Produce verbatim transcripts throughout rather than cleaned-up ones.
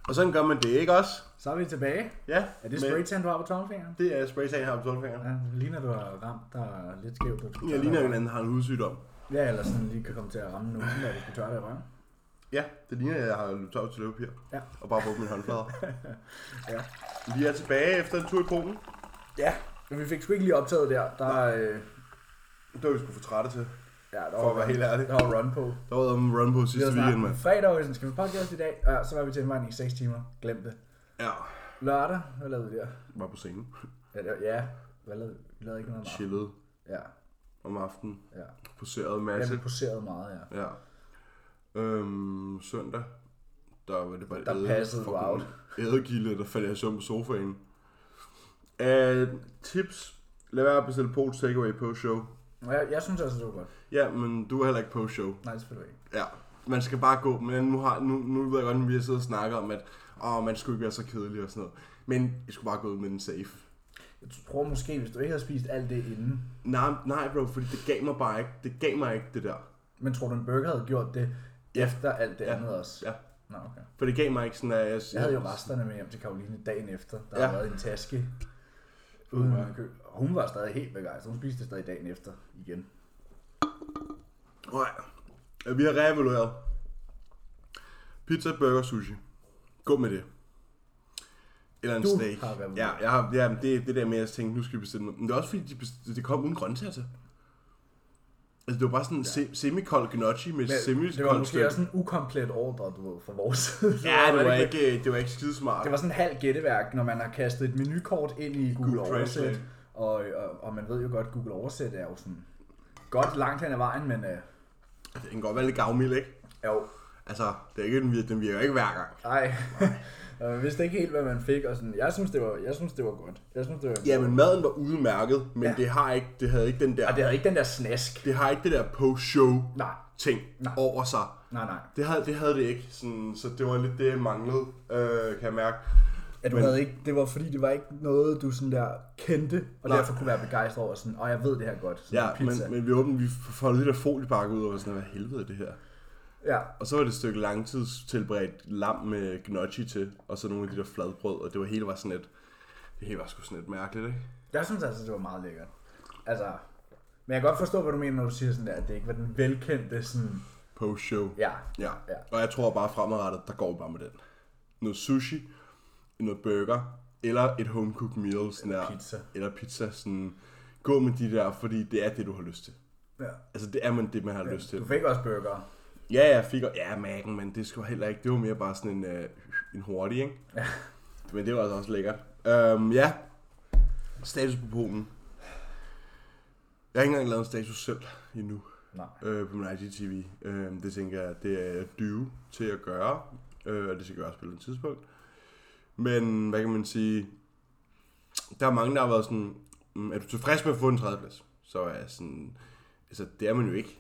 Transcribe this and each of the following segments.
Og sådan gør man det, ikke også? Så er vi tilbage. Ja. Er det spraytan, du har på tommelfingeren? Det er spraytan, jeg har på tommelfingeren. Ja, det ligner, du har ramt dig lidt skævt. Du Jeg ligner, at en anden har en hudsygdom. Ja, eller sådan lige kan komme til at ramme nogen, når du skal tørre dig i røven. Ja, det ligner, at jeg har løbet tør til løbepapir. Ja. Og bare brugt mine håndflader. Ja. Vi er tilbage efter en tur i Polen. Ja, men vi fik sgu ikke lige optaget der. Der, øh... Det var vi sgu for trætte til. Ja, der for at være helt ærlig. Der var run på. Der var en run på sidste weekend, mand. Fredag var vi skal vi podcast i dag? Ja, så var vi til indvejning i seks timer. Glem det. Ja. Lørdag, hvad lavede vi der? Var på scenen. Ja, det var, ja. Hvad lavede vi? Vi lavede ikke noget. Chillede. Ja. Om aftenen. Ja. Poserede masse. Ja, vi poserede meget, ja. Ja. Øhm, søndag. Der var det bare der æde, passede du out. Ædegilde, der faldt jeg i søvn på sofaen. Uh, tips. Lad være at bestille Pols takeaway på show. Jeg, jeg synes altså, det var godt. Ja, men du er heller ikke på show. Nej, selvfølgelig ikke. Ja, man skal bare gå. Men nu, har, nu, nu ved jeg godt, at vi har siddet og snakket om, at åh, man skulle ikke være så kedelig og sådan noget. Men I skulle bare gå ud med den safe. Jeg tror måske, hvis du ikke havde spist alt det inden. Nej, nej bro, fordi det gav mig bare ikke. Det gav mig ikke det der. Men tror du, en burger havde gjort det ja. efter alt det ja. andet også? Ja. Nå, okay. For det gav mig ikke sådan, at jeg... Jeg havde jo resterne med hjem til Karoline dagen efter. Der ja. havde været en taske. Uden uh. kø. Hun var stadig helt begejstret. Hun spiste det stadig dagen efter igen. Nej. Vi har reevalueret. Pizza, burger, sushi. Gå med det. Eller en du steak. Har ja, jeg har, ja, det det der med, at jeg tænkte, nu skal vi bestille noget. Men det er også fordi, de bestille, det kom uden grøntsager til. Altså, det var bare sådan en ja. semi-kold gnocchi med semi-kold. Det var måske også en ukomplet ordre, du ved, fra vores side. Ja, det var, var ikke, det var ikke skide smart. Det var sådan en halv gætteværk, når man har kastet et menukort ind i Google, Google Oversæt. Og, og, og man ved jo godt, at Google Oversæt er jo sådan godt langt hen ad vejen, men... Uh... Det kan godt være lidt gavmild, ikke? Jo. Altså, det er ikke, den virker, den virker ikke hver gang. Nej. Jeg vidste ikke helt, hvad man fik, og sådan, jeg synes, det var, jeg synes, det var godt. Jeg synes, det var ja, men maden var udmærket, men ja. det, har ikke, det havde ikke den der... Og det havde ikke den der snask. Det har ikke det der post-show nej. ting nej. over sig. Nej, nej. Det havde det, havde det ikke, sådan, så det var lidt det, jeg manglede, øh, kan jeg mærke. Ja, du men, havde ikke, det var fordi, det var ikke noget, du sådan der kendte, og nej. derfor kunne være begejstret over sådan, og jeg ved det her godt. Sådan ja, men, men vi åbnede, vi foldede lidt af foliebakke ud, og var sådan, hvad helvede er det her? Ja. Og så var det et stykke langtidstilberedt lam med gnocchi til, og så nogle af de der fladbrød, og det var hele var sådan et, det hele var sgu sådan et mærkeligt, ikke? Jeg synes altså, det var meget lækkert. Altså, men jeg kan godt forstå, hvad du mener, når du siger sådan der, at det ikke var den velkendte sådan... Post-show. Ja. ja. ja. Og jeg tror bare fremadrettet, der går vi bare med den. Noget sushi, noget burger, eller et home-cooked meal, sådan eller der, pizza. Eller pizza, sådan, gå med de der, fordi det er det, du har lyst til. Ja. Altså, det er man det, man har ja. lyst til. Du fik også burger. Ja, jeg fik også, ja, magen, men det skulle heller ikke, det var mere bare sådan en, uh, en hurtig, ikke? Ja. Men det var altså også lækkert. Um, ja, status på Polen. Jeg har ikke engang lavet en status selv endnu. Nej. Øh, på min I G T V. Uh, det tænker jeg, det er due til at gøre, uh, og det skal gøres på et tidspunkt. Men, hvad kan man sige, der er mange, der har været sådan, er du tilfreds med at få en tredjeplads? Så er jeg sådan, altså det er man jo ikke.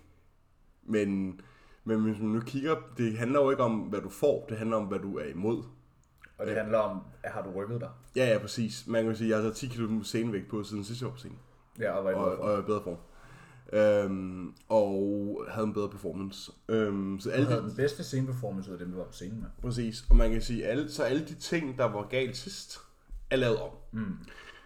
Men, men hvis man nu kigger, det handler jo ikke om, hvad du får, det handler om, hvad du er imod. Og det handler om, har du rykket dig? Ja, ja, præcis. Man kan sige, jeg har taget ti kilo scenevægt på siden sidste år på scenen. Ja, og var i og, og i bedre form. Øhm, og havde en bedre performance. Øhm, så alle du havde de, den bedste sceneperformance af dem, du var på scenen med. Præcis, og man kan sige, alle, så alle de ting, der var galt sidst, er lavet om. Mm.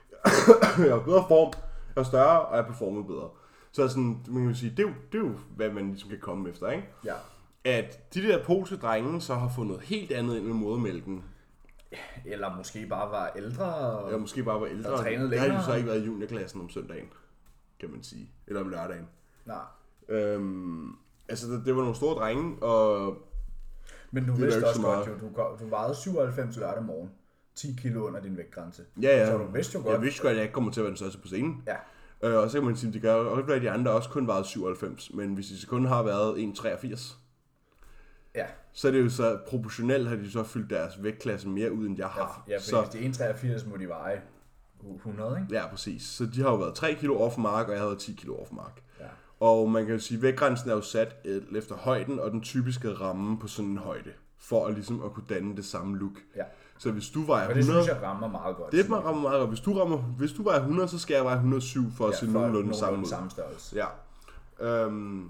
Jeg har bedre form, jeg er større, og jeg performer bedre. Så sådan, man kan sige, det er, jo, det er jo, hvad man ligesom kan komme efter, ikke? Ja. At de der polske drenge så har fundet helt andet ind med modermælken. Eller måske bare var ældre. Og Eller måske bare var ældre. Og trænet længere. Det har længere. jo så ikke været i juniorklassen om søndagen, kan man sige. Eller om lørdagen. Nej. Øhm, altså, det, det var nogle store drenge, og... Men du vidste også godt, jo, du, du vejede syvoghalvfems lørdag morgen. ti kilo under din vægtgrænse. Ja, ja. Så du vidste jo godt. Jeg vidste godt, at jeg ikke kommer til at være den største på scenen. Ja. Øh, og så kan man sige, at det gør også være, at de andre også kun vejede syvoghalvfems. Men hvis de kun har været en komma treogfirs, ja. så er det jo så proportionelt, har de så fyldt deres vægtklasse mere ud, end jeg har. Ja, for så, hvis de er en komma treogfirs, må de veje hundrede, ikke? Ja, præcis. Så de har jo været tre kilo off mark, og jeg havde ti kilo off mark. Ja. Og man kan jo sige, at vægtgrænsen er jo sat efter højden og den typiske ramme på sådan en højde, for at ligesom at kunne danne det samme look. Ja. Så hvis du vejer hundrede... Og det hundrede... synes jeg rammer meget godt. Det rammer meget godt. Hvis du, rammer, hvis du vejer hundrede, så skal jeg veje et hundrede og syv for at ja, se nogenlunde samme ud. samme størrelse. Ja. Øhm,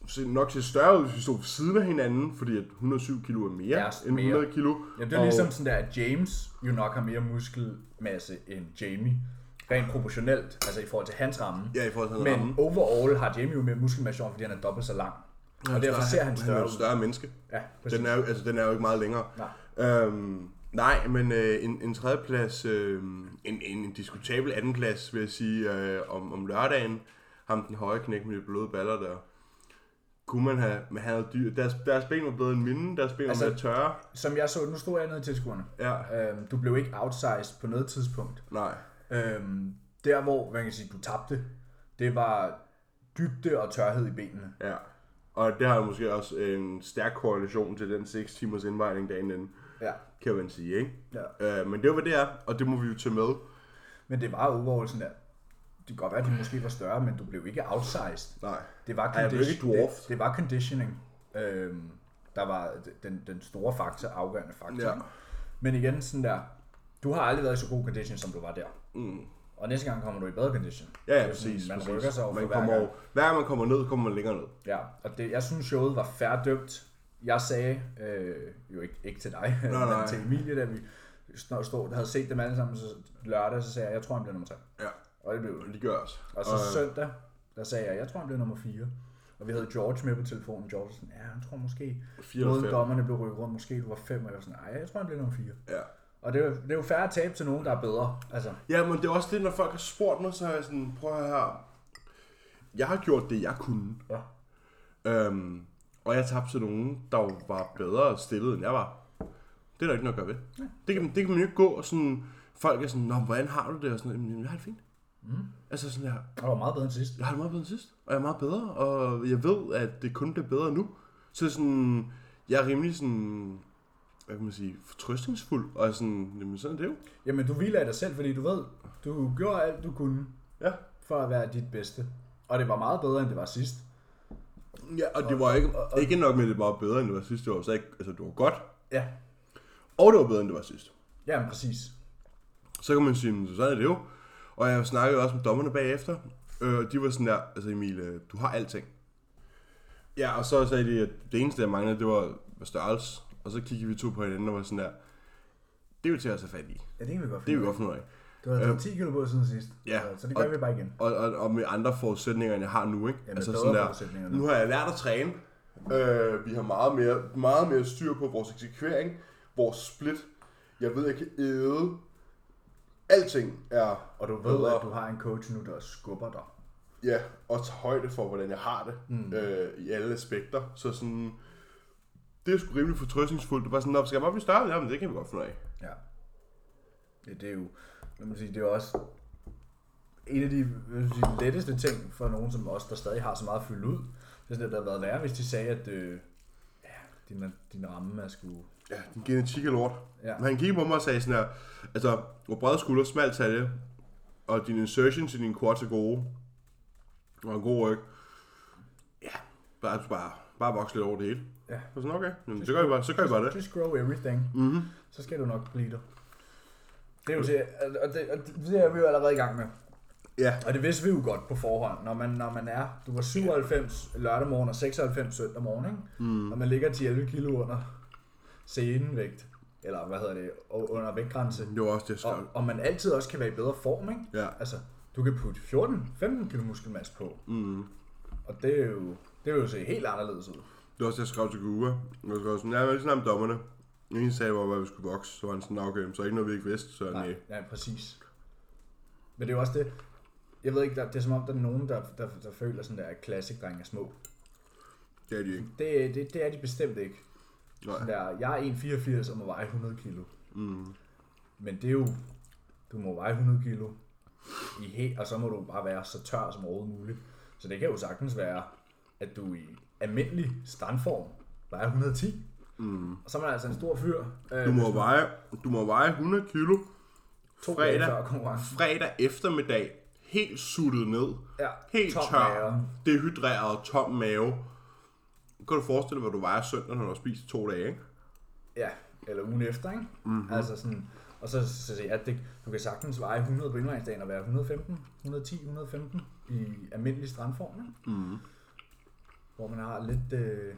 nok se større ud, hvis vi stod ved siden af hinanden, fordi at hundrede og syv kilo er mere Ja, end mere. hundrede kilo. Ja, det er ligesom sådan der, at James jo nok har mere muskelmasse end Jamie. Rent proportionelt, altså i forhold til hans ramme. Ja, i forhold til hans Men ramme. overall har Jamie jo mere muskelmasse, fordi han er dobbelt så lang. Ja, Og derfor ser han større ud. ud. større menneske. Ja, præcis. Den er, jo, altså, den er jo ikke meget længere. Nej. Øhm, nej, men øh, en, en tredjeplads, øh, en, en diskutabel andenplads, vil jeg sige, øh, om, om lørdagen. Ham den høje knæk med de bløde baller der. Kunne man have, man havde dyr. Deres, deres ben var bedre end mine, deres ben Altså, var mere tørre. Som jeg så, nu stod jeg nede i tilskuerne. Ja. Øhm, du blev ikke outsized på noget tidspunkt. Nej. Øhm, der hvor, man kan sige, du tabte, det var dybde og tørhed i benene. Ja. Og det har måske også en stærk korrelation til den seks timers indvejning dagen inden. Ja. Kan man sige, ikke? Ja. Øh, men det var hvad det er, og det må vi jo tage med. Men det var overall sådan der. Det kan godt være, at de måske var større, men du blev ikke outsized. Nej. Det var, Ej, jeg blev ikke dwarfed. det, det var conditioning, øhm, der var den, den store faktor, afgørende faktor. Ja. Men igen sådan der, du har aldrig været i så god condition, som du var der. Mm. Og næste gang kommer du i bedre condition. Ja, ja, Det er sådan, præcis. Man præcis. rykker sig over man for hver kommer, gang. over- Hver gang man kommer ned, kommer man længere ned. Ja, og det, jeg synes showet var fair dømt. Jeg sagde, øh, jo ikke, ikke til dig, Nej, nej. men til Emilie, da vi snart stod, havde set dem alle sammen så lørdag, så sagde jeg, jeg tror han bliver nummer tre. Ja, Og det blev det gør også. Og så Og- søndag, der sagde jeg, jeg tror han bliver nummer fire. Og vi havde George med på telefonen. George var sådan, ja, han tror måske, Fire eller måden fem. dommerne blev rykket rundt, måske du var fem, og jeg var sådan, nej, jeg tror han bliver nummer fire. Ja. Og det er, jo- det er jo færre tab til nogen, der er bedre. Altså, Ja, men det er også det, når folk har spurgt mig, så er jeg sådan, prøv at høre her. Jeg har gjort det, jeg kunne. ja. Øhm, og jeg tabte til nogen, der jo var bedre stillet, end jeg var. Det er der ikke noget at gøre ved. Ja. Det kan, det kan man jo ikke gå, og sådan, folk er sådan, nå, hvordan har du det? Og sådan, jamen, jeg har det fint. Mm. Altså sådan her, Og det var meget bedre end sidst. jeg har det meget bedre end sidst, og jeg er meget bedre, og jeg ved, at det kun bliver bedre nu. Så sådan, jeg er rimelig sådan, hvad kan man sige, fortrøstningsfuld, og sådan, jamen sådan er det jo. Jamen, du hviler i dig selv, fordi du ved, du gjorde alt, du kunne, Ja. for at være dit bedste. Og det var meget bedre, end det var sidst. Ja, og det var ikke, og- og- ikke nok med, at det var bedre, end det var sidst, det var så ikke, altså det var godt, Ja, og det var bedre, end det var sidst. jamen præcis. Så kan man sige, så sådan er det jo. Og jeg snakkede også med dommerne bagefter, øh, og de var sådan der, altså Emil, øh, du har alting. Ja, og så sagde de, at det eneste, jeg manglede, det var størrelse. Og så kiggede vi to på hinanden og var sådan der, det er jo til at tage fat i. Ja, det kan vi godt Det er vi godt finde ud af. Du har taget Øh, ti kilo på siden sidst. ja, Så det gør og- vi bare igen. Og, og, og med andre forudsætninger, end jeg har nu, ikke? Ja, med altså bedre sådan der, forudsætninger nu. nu har jeg lært at træne. Øh, vi har meget mere, meget mere styr på vores eksekvering, vores split. Jeg ved, jeg kan æde. Alting er Og du ved, bedre. at du har en coach nu, der skubber dig. Ja, og tage højde for, hvordan jeg har det Mm. øh, i alle aspekter. Så sådan, det er sgu rimelig fortrøstningsfuldt. Det er bare sådan, "Nå, skal jeg bare blive større? Jamen, det kan vi godt finde ud af. Ja. Det, det er jo, lad mig sige, det er jo også en af de, hvad skal jeg sige, letteste ting for nogen som os, der stadig har så meget fyldt ud. Det er sådan, at det havde været værre, hvis de sagde, at øh, ja, din, din ramme er sgu... Ja, din genetik er lort. Ja. Men han kiggede på mig og sagde sådan her, altså, hvor brede skuldre, smal talje, og din insertion til din quads er gode, og en god ryg. Ja, bare, bare, bare vokse lidt over det hele. Ja. Så sådan, okay, jamen, så gør vi bare, så gør vi bare det. Just grow everything. Mm-hmm. Så skal du nok blive der. Det er jo til, og det, og det er vi jo allerede i gang med. Ja, Og det vidste vi jo godt på forhånd, når man, når man er, du var syvoghalvfems lørdag morgen og seksoghalvfems søndag morgen, ikke? mm. Og man ligger ti til elleve kilo under scenevægt, eller hvad hedder det, under vægtgrænse. det var også det, jeg skrev. Og, og man altid også kan være i bedre form, ikke? Ja. Altså, du kan putte fjorten til femten kilo muskelmasse på, Mm. og det er jo, det vil jo se helt anderledes ud. Det var også det, jeg skrev til Gua. Jeg skrev sådan, ja, jeg var lige sådan med dommerne. Den ene sagde, hvor vi skulle vokse, så var han sådan, okay, så er ikke noget, vi ikke vidste, så nej. Nej, ja, præcis. Men det er jo også det, jeg ved ikke, der, det er som om, der er nogen, der, der, der føler sådan der, at classic-drenge er små. Det er de ikke. Det, det, det er de bestemt ikke. Nej. Sådan der, jeg er en komma fireogfirs og må veje hundrede kilo. Mm. Men det er jo, du må veje hundrede kilo, i he, og så må du bare være så tør som overhovedet muligt. Så det kan jo sagtens være, at du i almindelig strandform vejer et hundrede og ti. Mm. Og så er man altså en stor fyr. Øh, Du må hvis man- veje, du må veje hundrede kilo to dage fredag, før konkurrencen. fredag eftermiddag, helt suttet ned, Ja, helt tom tør, mave. dehydreret, tom mave. Kan du forestille dig, hvad du vejer søndag, når du har spist to dage, ikke? Ja, eller ugen efter, ikke? Mm-hmm. Altså sådan, og så, så, så ja, det, du kan sagtens veje hundrede på indvejsdagen og være et hundrede og femten, et hundrede og ti, et hundrede og femten i almindelig strandform, ikke? Mm. hvor man har lidt, øh,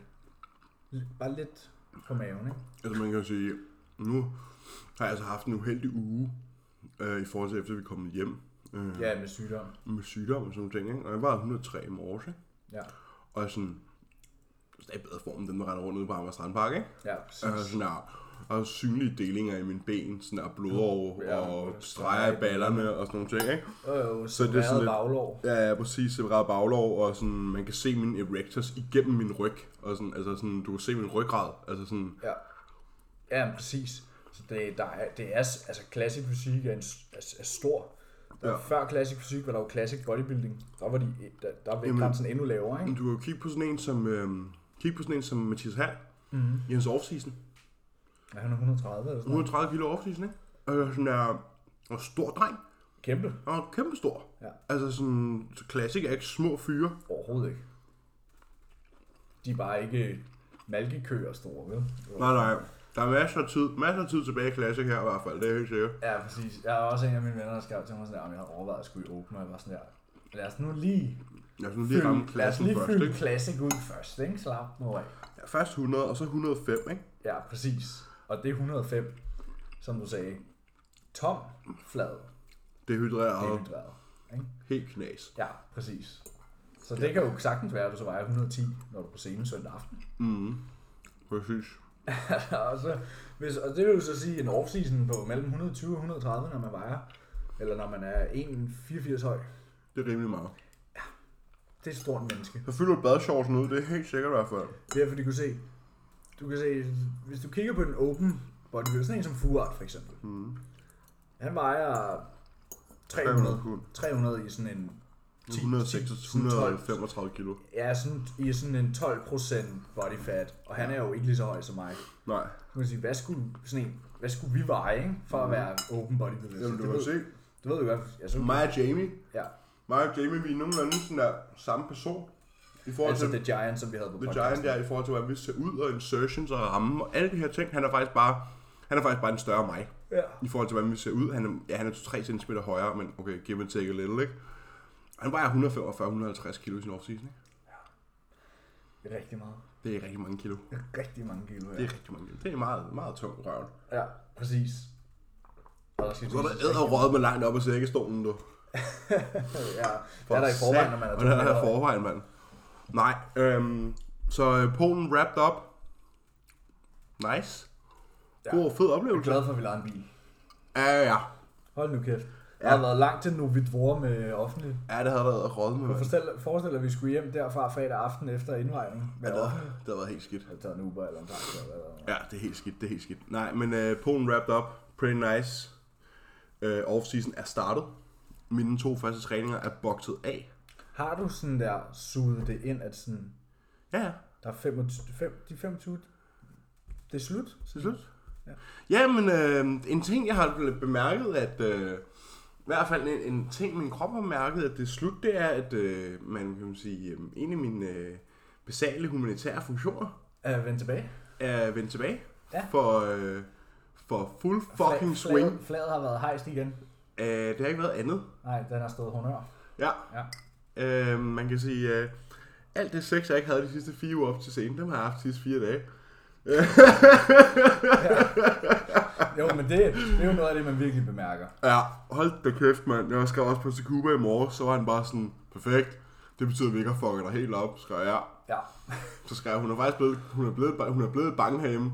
bare lidt på maven, ikke? Altså man kan jo sige, nu har jeg altså haft en uheldig uge, øh, i forhold til efter vi er kommet hjem. Øh, Ja, med sygdom. Med sygdom og sådan nogle ting, ikke? Og jeg var et hundrede og tre i morges, ikke? Ja. Og jeg sådan, stadig bedre form, den der render rundt ude på Amager Strandpark, ikke? Ja, præcis. Og sådan der, og synlige delinger i mine ben, sådan der blodår Ja, og og streger i ballerne og sådan nogle ting, ikke? Og jo, Så det er sådan lidt- baglår. Ja, ja, præcis, separat baglov, og sådan, man kan se mine erectors igennem min ryg, og sådan, altså sådan, du kan se min ryggrad, altså sådan, Ja. Ja, præcis. Så det, der er, det er, altså classic fysik er, en, er, er stor. Der, Ja. Før classic fysik var der jo classic bodybuilding. Der var de, der, der var vægtgrænsen endnu lavere, ikke? du kan jo kigge på sådan en som, øhm, kigge på sådan en som Mathias Hall, Mm-hmm. i hans offseason, Ja, han er et hundrede og tredive eller sådan noget. hundrede og tredive kilo offseason, ikke? Og sådan der, og stor dreng, Kæmpe. og kæmpe stor. Ja. Altså sådan, så classic er ikke små fyre. Overhovedet ikke. De er bare ikke malkekøer store, vel? Nej, nej. Der er masser af tid, masser af tid tilbage i Classic her i hvert fald, det er helt sikkert. Ja, præcis. Jeg er også en af mine venner, der skrev til mig sådan der, om jeg havde overvejet at skulle i Open, og jeg var sådan der, lad os nu lige Jeg synes lige ramme fylde, lad os klassen lige først, fylde ikke? Classic ud først, ikke? Slap nu af. Ja, først hundrede, og så et hundrede og fem, ikke? Ja, præcis. Og det er et hundrede og fem, som du sagde, tom, flad, Dehydreret, dehydreret. Ikke? helt knas. Ja, præcis. Så det kan jo sagtens være, at du så vejer et hundrede og ti, når du er på scenen søndag aften. Mhm. Præcis. og, så, hvis, og det vil jo så sige en off-season på mellem et hundrede og tyve og et hundrede og tredive, når man vejer, eller når man er en komma fireogfirs høj. Det er rimelig meget. Det er et stort menneske. Så fylder du badshortsen ud, det er helt sikkert i hvert fald. Det er, fordi du kan se, du kan se, hvis du kigger på den open bodybuilder, sådan en som Fuart for eksempel, Mhm. han vejer tre hundrede, tre hundrede i sådan en ti, et hundrede og seks, ti, et sådan hundrede og tolv, femogtredive kilo. ja, sådan, i sådan en tolv procent body fat, og han er jo ikke lige så høj som mig. Nej. Så kan man sige, hvad skulle, sådan en, hvad skulle vi veje, ikke, for at være open bodybuilder? Jamen, du det kan ved, se. det ved du godt. Jeg så, Mig og Jamie. ja, Mig og Jamie, vi er nogenlunde sådan der samme person. I forhold altså til The Giant, som vi havde på The podcasten. Giant der, i forhold til, hvordan vi ser ud, og insertions og ramme, og alle de her ting. Han er faktisk bare, han er faktisk bare en større mig. Ja. I forhold til, hvordan vi ser ud. Han er, ja, han er to til tre centimeter højere, men okay, give and take a little, ikke? Han vejer et hundrede og femogfyrre til et hundrede og halvtreds kilo i sin offseason, ikke? Det er rigtig meget. Det er rigtig mange kilo. Det er rigtig mange kilo, ja. Det er rigtig mange kilo. Det er meget, meget tung røven. Ja, præcis. Og der skal Så er der æderrøget med langt op af sækkestolen, du. ja, det er der i forvejen, når man er Og to det er der i meter høj. forvejen, mand. Nej, øhm, så øh, Polen wrapped up. Nice. Ja. God og fed Jeg er oplevelse. glad for, at vi lader en bil. Ja, ja. Hold nu kæft. Jeg Ja. har været langt til Novi Dvor med offentligt. Ja, det havde været råd med, Kunne mand. forestil, forestil dig, at vi skulle hjem derfra fredag aften efter indvejning med Ja, det, offentligt. havde, det havde været helt skidt. Jeg har taget en Uber eller en taxa eller hvad der var. Ja, det er helt skidt, det er helt skidt. Nej, men øh, Polen wrapped up. Pretty nice. Øh, off-season er startet. Mine to første træninger er bokset af. Har du sådan der suget det ind, at sådan, Ja, ja. der er femogtyve, fem, de femogtyve, det er slut? Det er slut. Ja. Ja, men øh, en ting, jeg har bemærket, at øh, i hvert fald en, en ting, min krop har mærket, at det er slut, det er, at øh, man kan man sige, øh, en af mine øh, basale humanitære funktioner Uh, vend tilbage. er vendt tilbage Ja. for, øh, for full fucking Flag- swing. Flaget, flaget har været hejst igen. Øh, det har ikke været andet. Nej, den har stået honør. Ja. Ja. Øh, man kan sige, øh, alt det sex, jeg ikke havde de sidste fire uger op til scenen, dem har jeg haft de sidste fire dage. ja. Jo, men det, det er jo noget af det, man virkelig bemærker. Ja, hold da kæft, mand. Jeg skrev også på Takuba i morges, så var han bare sådan, perfekt. Det betyder, at vi ikke har fucket dig helt op, skrev jeg. Ja. Så skrev jeg, hun er faktisk blevet, hun er blevet, hun er blevet bange herhjemme.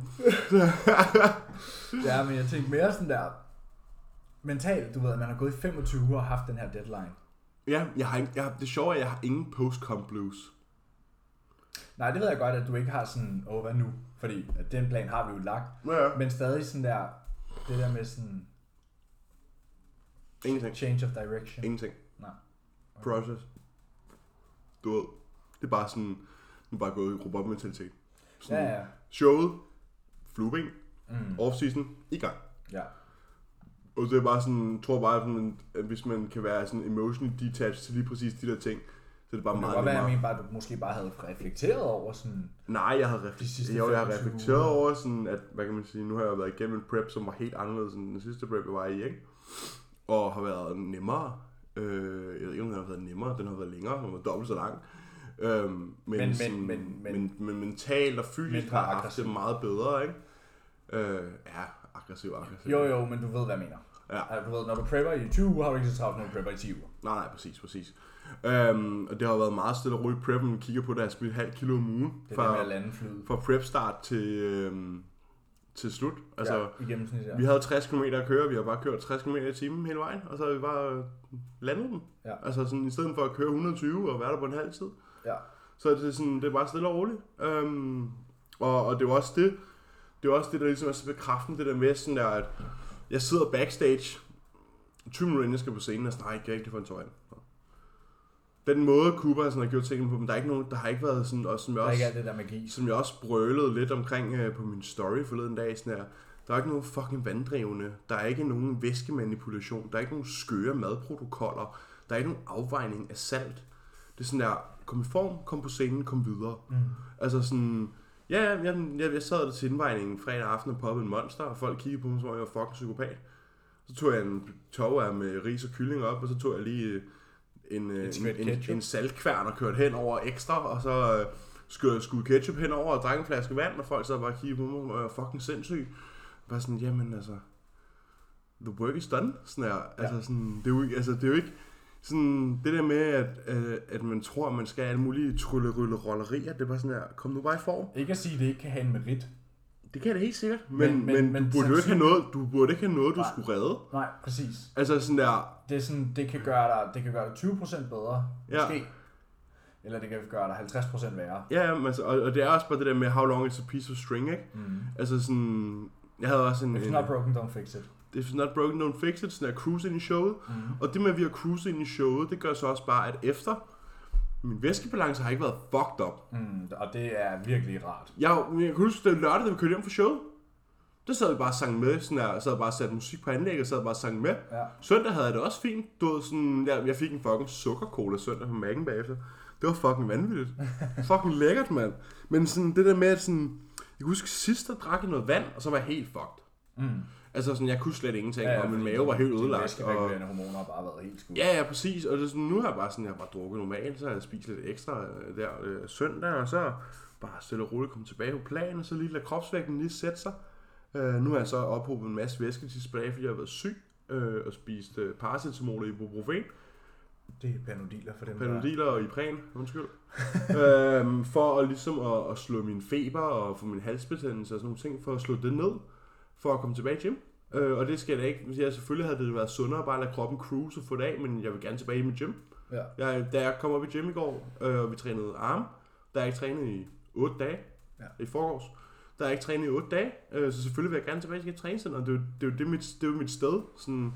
Ja, men jeg tænkte mere sådan der mentalt, du ved, at man har gået i femogtyve uger og haft den her deadline. Ja, jeg har, ikke- jeg, det sjove er, at jeg har ingen post-com blues. Nej, det ved jeg godt, at du ikke har sådan, åh, hvad nu? Fordi at den plan har vi jo lagt. Ja, Men stadig sådan der, det der med sådan ingenting. change of direction. Ingenting. Nej. Process. Du ved, det er bare sådan, nu er bare gået i robotmentalitet. Sådan, Ja, ja. showet, flueben, Mm. off-season, i gang. Ja. Og det er bare sådan, jeg tror bare, sådan, at hvis man kan være sådan emotionally detached til lige præcis de der ting, så er det bare Det kan meget godt være, jeg nemmere. mener bare, at du måske bare havde reflekteret over sådan, Nej, jeg har, De sidste reflek- jo, jeg har femogtyve reflekteret uger. over sådan, at, hvad kan man sige, nu har jeg været igennem en prep, som var helt anderledes end den sidste prep, jeg var i, ikke? Og har været nemmere. Øh, jeg ved ikke, om den har været nemmere, den har været længere, den har været dobbelt så lang. Øhm, men, men, sådan, men, men, men, men, men mentalt og fysisk har haft aggressiv. det meget bedre, ikke? Øh, ja, aggressiv, aggressiv. Jo, jo, men du ved, hvad jeg mener. Ja. Altså, du ved, når du prepper i tyve uger, har du ikke så travlt, når du prepper i ti uger. Nej, nej, præcis, præcis. Øhm, og det har været meget stille og roligt prep, når man kigger på, at jeg har spillet halv kilo om ugen. Det er fra, det med at lande flyet. Fra prep start til, øhm, til slut. Altså, Ja, i gennemsnit, ja. Vi havde tres kilometer at køre, vi har bare kørt tres kilometer i timen hele vejen, og så har vi bare landet den. Ja. Altså sådan, i stedet for at køre et hundrede og tyve og være der på en halv tid. Ja. Så er det, sådan, det er bare stille og roligt. Øhm, og, og det var også det, det var også det, der ligesom er så bekræftende, det der med sådan der, at jeg sidder backstage, tyve minutter inden jeg skal på scenen, og sådan, nej, jeg kan ikke få en tøj. Den måde, Cooper sådan har gjort tingene på, men der er ikke nogen, der har ikke været sådan, også, som jeg Der er også, ikke alt det der magi. som jeg også brølede lidt omkring øh, på min story forleden dag, sådan her. Der er ikke nogen fucking vanddrivende, der er ikke nogen væskemanipulation, der er ikke nogen skøre madprotokoller, der er ikke nogen afvejning af salt. Det er sådan der, kom i form, kom på scenen, kom videre. Mm. Altså sådan, ja, jeg, jeg, jeg sad der til indvejningen fredag aften og poppede en monster, og folk kiggede på mig, som om jeg var fucking psykopat. Så tog jeg en tog med ris og kylling op, og så tog jeg lige en, en, en, en, en saltkværn og kørte hen over ekstra, og så øh, skød jeg skudt ketchup henover og drak en flaske vand, og folk sad bare og kiggede på mig, som om jeg var fucking sindssyg. Bare sådan, jamen altså, the work is done. Sådan her. Ja. Altså sådan, det er jo ikke, altså det er jo ikke sådan, det der med, at, at, at man tror, at man skal have alle mulige tryllerylle rollerier, det er bare sådan her, kom nu bare i form. Ikke at sige, at det ikke kan have en merit. Det kan det helt sikkert, men, men, men, men, men du burde jo ikke have noget, du burde ikke have noget, du Nej. skulle redde. Nej, præcis. Altså sådan der, Det er sådan, det kan gøre dig, det kan gøre dig tyve procent bedre, Ja. måske. Eller det kan gøre dig halvtreds procent værre. ja, men altså, og, og det er også bare det der med, how long is a piece of string, ikke? Mm. Altså sådan, jeg havde også en... If it's en not broken, don't fix it. If it's not broken, don't fix it, sådan der cruise ind i showet. Mm. Og det med, at vi har cruise ind i showet, det gør så også bare, at efter min væskebalance har ikke været fucked up. Mm. Og det er virkelig rart. Jeg, jeg kunne huske, det var lørdag, da vi kørte hjem fra showet. Der sad vi bare og sang med, sådan der, sad bare og satte musik på anlæg, og sad bare og sang med. Ja. Søndag havde jeg det også fint. Du ved, sådan, jeg, jeg fik en fucking sukkercola søndag på Mac'en bagefter. Det var fucking vanvittigt. fucking lækkert, mand. Men sådan det der med, at sådan, jeg kan huske sidst, der drak jeg noget vand, og så var jeg helt fucked. Mm. Altså sådan, jeg kunne slet ingenting, Ja, ja, og min fordi mave var helt dine ødelagt. Og, væskeregulerende hormoner har bare været helt skudt. ja, ja, præcis. Og det er sådan, nu har jeg bare sådan, jeg har bare drukket normalt, så har jeg spist lidt ekstra øh, der øh, søndag, og så bare stille og roligt komme tilbage på planen, og så lige lade kropsvægten lige sætte sig. Uh, nu har jeg så ophobet en masse væske tilbage, fordi jeg har været syg øh, og spist øh, paracetamol og ibuprofen. Det er panodiler for dem, Panodiler og Ipren, undskyld. øhm, for at ligesom at, at slå min feber og få min halsbetændelse og sådan nogle ting, for at slå det ned, for at komme tilbage i gym. Øh, og det skal jeg da ikke. Jeg selvfølgelig havde det været sundere bare at lade kroppen cruise og få det af, men jeg vil gerne tilbage i mit gym. Ja. Jeg, da jeg kom op i gym i går, øh, og vi trænede arme, der er jeg ikke trænet i otte dage, Ja. i forgårs. Der er jeg ikke trænet i otte dage, øh, så selvfølgelig vil jeg gerne tilbage til et træningscenter. Det er jo det, er jo det, mit, det er jo mit sted. Sådan.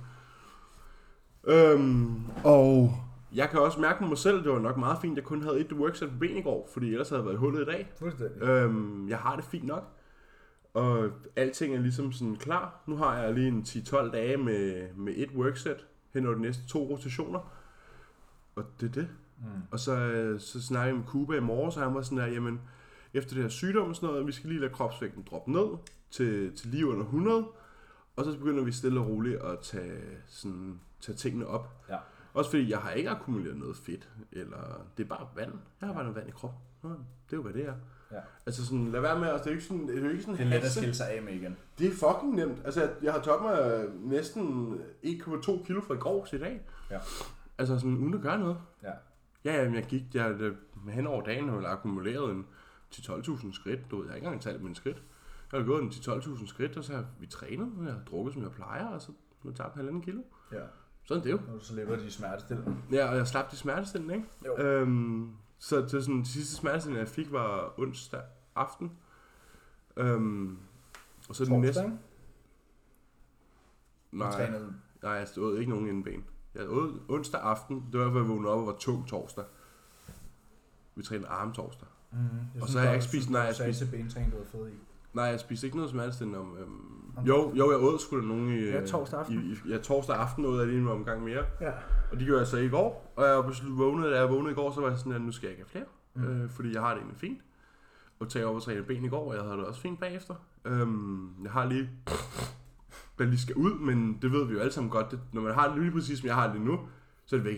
Øhm, og jeg kan også mærke på mig selv, det var nok meget fint, at jeg kun havde et workset på ben i går, fordi ellers havde jeg været i hullet i dag. Fuldstændig. Øhm, jeg har det fint nok, og alting er ligesom sådan klar. Nu har jeg lige en ti til tolv dage med, med et workset hen over de næste to rotationer, og det er det. Mm. Og så, så snakker jeg med Cuba i morgen, så han var sådan der, jamen, efter det her sygdom og sådan noget, vi skal lige lade kropsvægten droppe ned til, til lige under hundrede, og så begynder vi stille og roligt at tage, sådan, tage tingene op. Ja. Også fordi jeg har ikke akkumuleret noget fedt, eller det er bare vand. Jeg har bare noget vand i kroppen. Nå, det er jo hvad det er. Ja. Altså sådan, lad være med, altså det er jo ikke sådan, det er jo ikke sådan Det er let at hasse. skille sig af med igen. Det er fucking nemt. Altså jeg, jeg har toppet mig næsten en komma to kilo fra i går til i dag. Ja. Altså sådan, uden at gøre noget. Ja. Ja, ja, men jeg gik, jeg, jeg hen over dagen har jeg akkumuleret en ti til tolv tusind skridt. Du ved, jeg har ikke engang talt mine skridt. Jeg har gået en ti til tolv tusind skridt, og så har vi trænet, og jeg har drukket, som jeg plejer, og så har jeg tabt halvanden kilo. Ja. Sådan det er jo. Og så lever de smertestillende. Ja, og jeg slap de smertestillende, ikke? Jo. Øhm, så det sådan, de sidste smertestillende, jeg fik, var onsdag aften. Øhm, og så den næste... Torsdag? Nej, Trænede. nej, jeg åd ikke nogen indenben. Jeg åd onsdag aften, det var derfor, jeg vågnede op og var tung torsdag. Vi trænede arme torsdag. Mm-hmm. Og så har jeg ikke spist- nej, jeg spist... spiste- bentræning, du har fået i. Nej, jeg spiste ikke noget smertestillende om... Øhm, Om jo, jo, jeg åd sgu da nogen i... Ja, torsdag aften. I, i, ja, torsdag aften åd jeg lige en omgang mere. Ja. Og det gjorde jeg så i går. Og jeg besluttede, vågnede, da jeg vågnede i går, så var jeg sådan, at nu skal jeg ikke have flere. Mm. Øh, fordi jeg har det egentlig fint. Og tage op og træne ben i går, og jeg havde det også fint bagefter. Øhm, jeg har lige... der lige skal ud, men det ved vi jo alle sammen godt. Det, når man har det lige præcis, som jeg har det nu, så er det væk i morgen.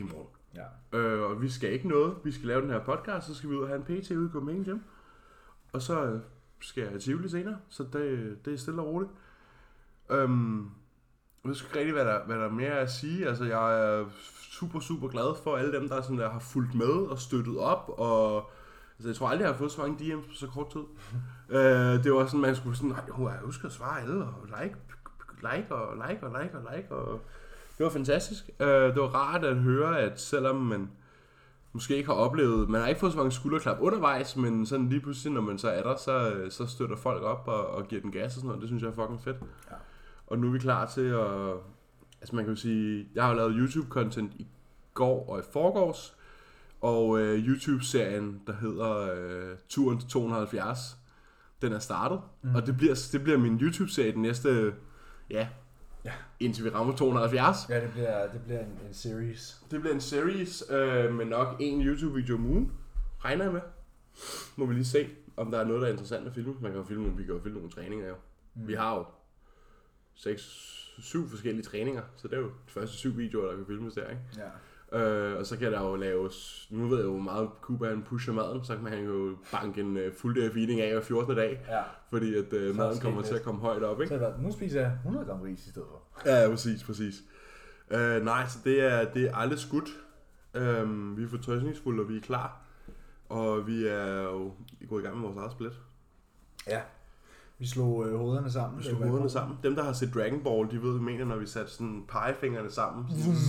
Ja. Øh, og vi skal ikke noget. Vi skal lave den her podcast, så skal vi ud og have en P T ude i Copenhagen Gym. Og så øh, skal jeg Tivoli senere, så det, det er stille og roligt. Øhm, jeg ved sgu ikke rigtig, hvad der, hvad der er mere at sige. Altså, jeg er super, super glad for alle dem, der, sådan, der har fulgt med og støttet op. Og altså, jeg tror aldrig, jeg har fået så mange D M's på så kort tid. øh, det var sådan, man skulle sådan, nej, jeg husker at svare alle, og like, like, og like, og like, og like. Og det var fantastisk. Øh, det var rart at høre, at selvom man måske ikke har oplevet, man har ikke fået så mange skulderklap undervejs, men sådan lige pludselig, når man så er der, så, så støtter folk op og, og giver den gas og sådan noget. Det synes jeg er fucking fedt. Ja. Og nu er vi klar til at, altså man kan jo sige, jeg har jo lavet YouTube-content i går og i forgårs, og øh, YouTube-serien, der hedder øh, Turen til to hundrede og halvfjerds, den er startet, mm. og det bliver, det bliver min YouTube-serie den næste, ja, ja, indtil vi rammer to hundrede og halvfjerds. Ja, det bliver, det bliver en, en series. Det bliver en series øh, med nok en YouTube-video om ugen, regner jeg med. Må vi lige se, om der er noget, der er interessant at filme. Man kan jo filme, vi kan jo filme nogle træninger jo. Mm. Vi har jo seks, syv forskellige træninger, så det er jo de første syv videoer, der kan filmes der, ikke? Ja. Øh, og så kan der jo laves, nu ved jeg jo meget, Cuba han pusher maden, så kan man jo banke en uh, full day feeding af hver fjortende dag, ja. Fordi at uh, maden kommer til at komme højt op, ikke? Så nu spiser jeg hundrede gram ris i stedet for. Ja, præcis, præcis. Uh, nej, så det er, det er aldrig skudt. Um, vi er fortrøstningsfulde, og vi er klar. Og vi er jo gået i gang med vores eget split. Ja. Vi slog øh, hovederne sammen. Vi slog hovederne sammen. Dem, der har set Dragon Ball, de ved, hvad vi mener, når vi satte sådan pegefingrene sammen.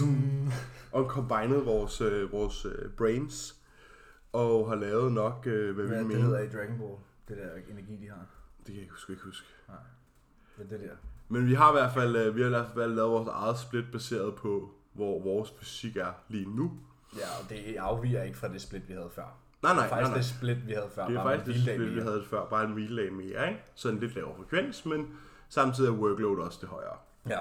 Og combined vores, øh, vores øh, brains. Og har lavet nok, øh, hvad, hvad vi mener. Hvad det hedder i Dragon Ball? Det der energi, de har. Det kan jeg sgu ikke huske. Nej. Men det der. Men vi har i hvert fald, øh, vi har i hvert fald lavet vores eget split baseret på, hvor vores fysik er lige nu. Ja, og det afviger ikke fra det split, vi havde før. Nej, nej, det er faktisk nej, nej. det split, vi havde før. Det er faktisk det split, mere. vi havde før. Bare en hviledag mere, ikke? Så en lidt lavere frekvens, men samtidig er workload også det højere. Ja.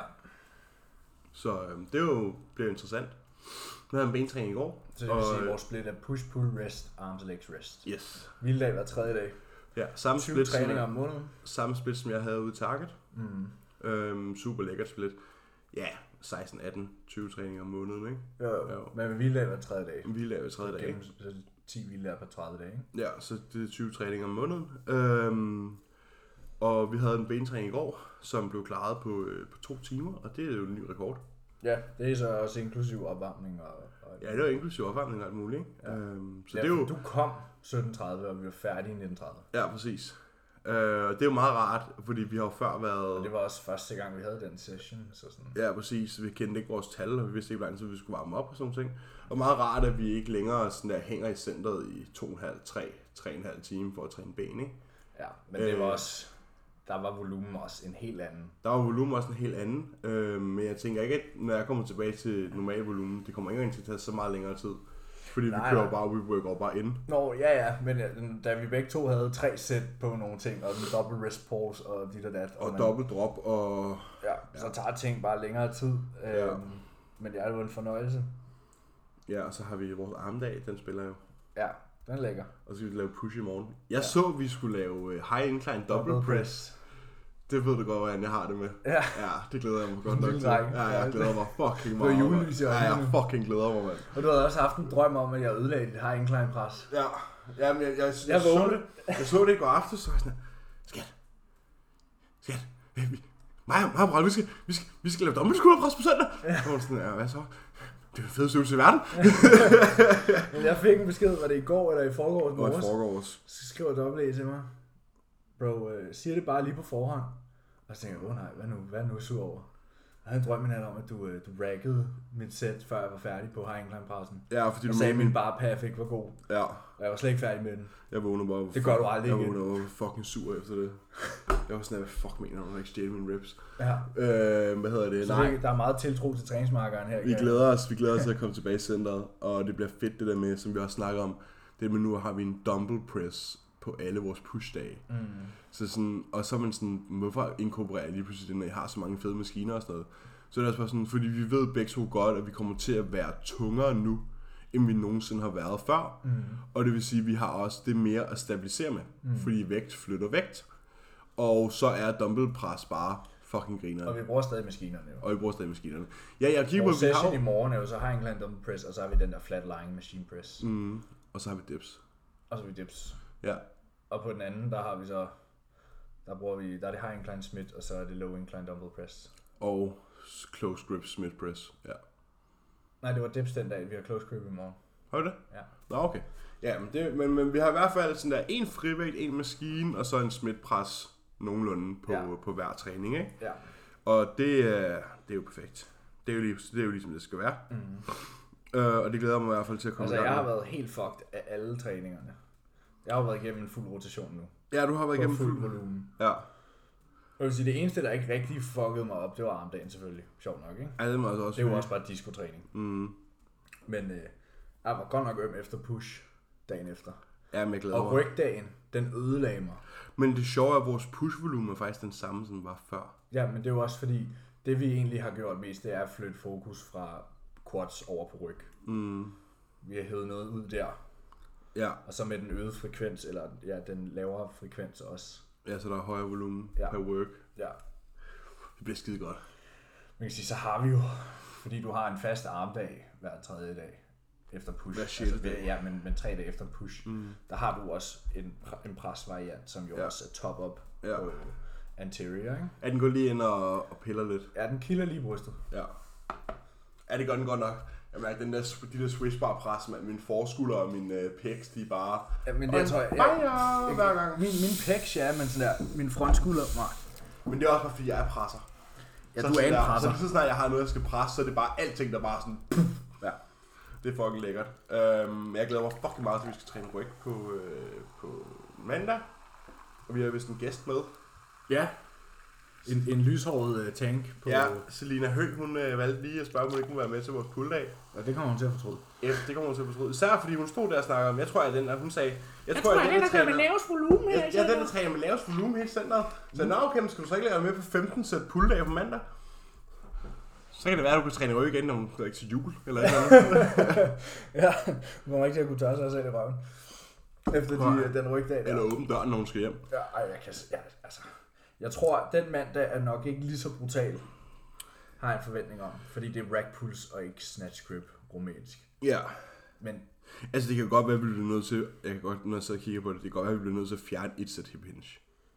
Så øhm, det er jo blevet interessant. Vi havde en bentræning i går. Så det vil sige, at vores split er push, pull, rest, arms og legs rest. Yes. Hviledag hver tredje dag. Ja, samme tyve split, træninger om måneden. Samme split, som jeg havde ude i Target. Mm. Øhm, super lækkert split. Ja, seksten, atten, tyve træninger om måneden, ikke? Jo, jo. jo. Men med hviledag hver tredje dag. Hviledag hver tredje dag, ikke? Så det er ti hviledage per tredive dage, ikke? Ja, så det er tyve træninger om måneden. Øhm, og vi havde en bentræning i går, som blev klaret på, øh, på to timer, og det er jo en ny rekord. Ja, det er så også inklusiv opvarmning og... og ja, det var inklusiv opvarmning og alt muligt, ikke? Ja. Øhm, så ja, det er jo... du kom sytten tredive, og vi var færdige i nitten tredive. Ja, præcis. Øh, det er jo meget rart, fordi vi har jo før været... Og det var også første gang, vi havde den session, så sådan... Ja, præcis. Vi kendte ikke vores tal, og vi vidste ikke, hvor lang tid vi skulle varme op og sådan ting. Og meget rart, at vi ikke længere sådan der hænger i centret i to komma fem, tre, tre komma fem time for at træne ben, ikke? Ja, men det var også... Der var volumen også en helt anden. Der var volumen også en helt anden, øh, men jeg tænker ikke, at når jeg kommer tilbage til normal volumen, det kommer ikke engang til at tage så meget længere tid. Fordi nej, vi kører nej. bare, vi worker bare ind. Nå, ja ja, men da vi begge to havde tre sæt på nogle ting, og den dobbelt rest pause og dit og dat. Og, og dobbelt drop og... Ja, så ja. tager ting bare længere tid. Ja. Øhm, men det er jo en fornøjelse. Ja, og så har vi vores armdag, den spiller jo. Ja, den er lækker. Og så skal vi lave push i morgen. Jeg ja. så, vi skulle lave high incline double, double press. press. Det ved du godt, hvordan jeg har det med. Ja. Ja, det glæder jeg mig godt nok til. Ja, jeg glæder mig fucking meget. Det var julelys i øjnene. Ja, jeg fucking glæder mig, mand. Og du havde også haft en drøm om, at jeg ødelagde dit high incline pres. Ja, ja men jeg, jeg, jeg, jeg, så det, jeg så det i går aftes, så var jeg sådan, skat, skat, vi, mig og Brad, vi skal, vi skal, vi skal lave dobbeltskulderpres på søndag. Ja. Og sådan, ja, hvad så? Det er den fedeste øvelse i verden. Men jeg fik en besked, var det i går eller i forgårs? Det var i forgårs. Så skriver dobbelt til mig. Bro, øh, siger det bare lige på forhånd. Og så tænker jeg, åh nej, hvad nu, hvad nu sur over? Jeg havde en drøm i nat om, at du, øh, du raggede mit sæt, før jeg var færdig på high incline pressen. Ja, fordi og du sagde, at min bar perfekt var god. Ja. Og jeg var slet ikke færdig med den. Jeg vågnede bare... Det gør du aldrig jeg igen. Jeg vågnede fucking sur efter det. Jeg var sådan, hvad fuck mener du, når jeg ikke stjæler mine rips? Ja. Øh, hvad hedder det? Så Nej. der er meget tiltro til træningsmarkeren her. Vi glæder os, vi glæder os til at komme tilbage i centret, og det bliver fedt det der med, som vi også snakker om, det med nu har vi en dumbbell press på alle vores push-dage. Mm. Så sådan, og så er man sådan, hvorfor inkorporere lige pludselig det, når I har så mange fede maskiner og sådan noget. Så det er også bare sådan, fordi vi ved begge to godt, at vi kommer til at være tungere nu, end vi nogensinde har været før. Mm. Og det vil sige, at vi har også det mere at stabilisere med, mm. fordi vægt flytter vægt. Og så er dumbbell press bare fucking griner. Og vi bruger stadig maskinerne jo. Og vi bruger stadig maskinerne. Ja, jeg kigger på, vores vi session har... i morgen er jo så high incline dumbbell press, og så har vi den der flat lying machine press. Mm, og så har vi dips. Og så har vi dips. Ja. Og på den anden, der har vi så, der bruger vi, der er det high incline Smith, og så er det low incline dumbbell press. Og close grip Smith press, ja. Nej, det var dips den dag, vi har close grip i morgen. Har du det? Ja. Nå, okay. Ja, men, det, men, men vi har i hvert fald sådan der en frivægt, en maskine, og så en Smith press nogenlunde på, ja. på hver træning, ikke? Ja. Og det, det er jo perfekt. Det er jo, lige, det er jo ligesom det skal være. Mm. Øh, og det glæder mig i hvert fald til at komme altså, i gang. jeg har været helt fucked af alle træningerne. Jeg har været igennem en fuld rotation nu. Ja, du har været igennem fuld volumen. Ja. Jeg vil sige, det eneste, der ikke rigtig fuckede mig op, det var armdagen selvfølgelig. Sjovt nok, ikke? Ja, det, var altså også det var også bare disco-træning. Mm. Men øh, jeg var godt nok øm efter push dagen efter. Ja, men jeg glæder og mig. rygdagen, den ødelagde mig. Men det sjove er, at vores push-volumen er faktisk den samme, som var før. Ja, men det er jo også fordi, det vi egentlig har gjort mest, det er at flytte fokus fra quads over på ryg. Mm. Vi har hævet noget ud der. Ja. Og så med den øgede frekvens, eller ja, den lavere frekvens også. Ja, så der er højere volumen ja. per work. Ja. Det bliver skide godt. Man kan sige, så har vi jo, fordi du har en fast armdag hver tredje dag efter push. Hver sjette altså, dag. Ja, men, men tre dage efter push. Mm. Der har du også en, en presvariant, som jo ja. også er top-up ja. på anterior, ikke? Ja, den går lige ind og, og piller lidt. Ja, den kilder lige brystet. Ja. Ja, det gør den godt nok. Jeg mærker, den der, de der swishbar pres, med min forskulder og min øh, pecs, de er bare... Ja, men det tror jeg... jeg, jeg, jeg hver gang. Min, min pecs, ja, men sådan der, min frontskulder, nej. Men det er også bare, fordi jeg er presser. Ja, så du er en presser. Så, så snart jeg har noget, jeg skal presse, så er det bare alting, der bare sådan... Puff. Ja. Det er fucking lækkert. Um, jeg glæder mig fucking meget til, at vi skal træne ryg på, øh, på mandag. Og vi har vist en gæst med. Ja. En, en lyshåret uh, tank på... Ja, Selina Høgh, hun øh, valgte lige at spørge, om hun ikke må være med til vores pulldag. Ja, det kommer hun til at fortryde. Ja, det kommer hun til at fortryde. Især fordi hun stod der og snakkede om, jeg tror, at den der, hun sagde... Jeg, jeg tror, at den der træner med lavest volumen her. Ja, den der træner med lavest volumen hele centret. Så nå, okay, men skal du så ikke lade med på femten sæt pulldag på mandag? Så kan det være, at du kan træne ryg igen, når hun ikke til jul, eller et eller andet. Ja, du kommer ikke til at kunne tørre sig selv i røven. Efter de, den rygdag der. Eller åbne døren, når hun skal hjem. Ja, ej, jeg kan... Ja, altså... Jeg tror, at den mandag er nok ikke lige så brutal, har jeg en forventning om. Fordi det er rack pulse og ikke snatch grip romansk. Ja. Men... Altså, det kan godt være, at vi bliver nødt til... Jeg kan godt, når jeg sidder og kigger på det, det kan godt være, at vi bliver nødt til at fjerne et sæt hip hinge.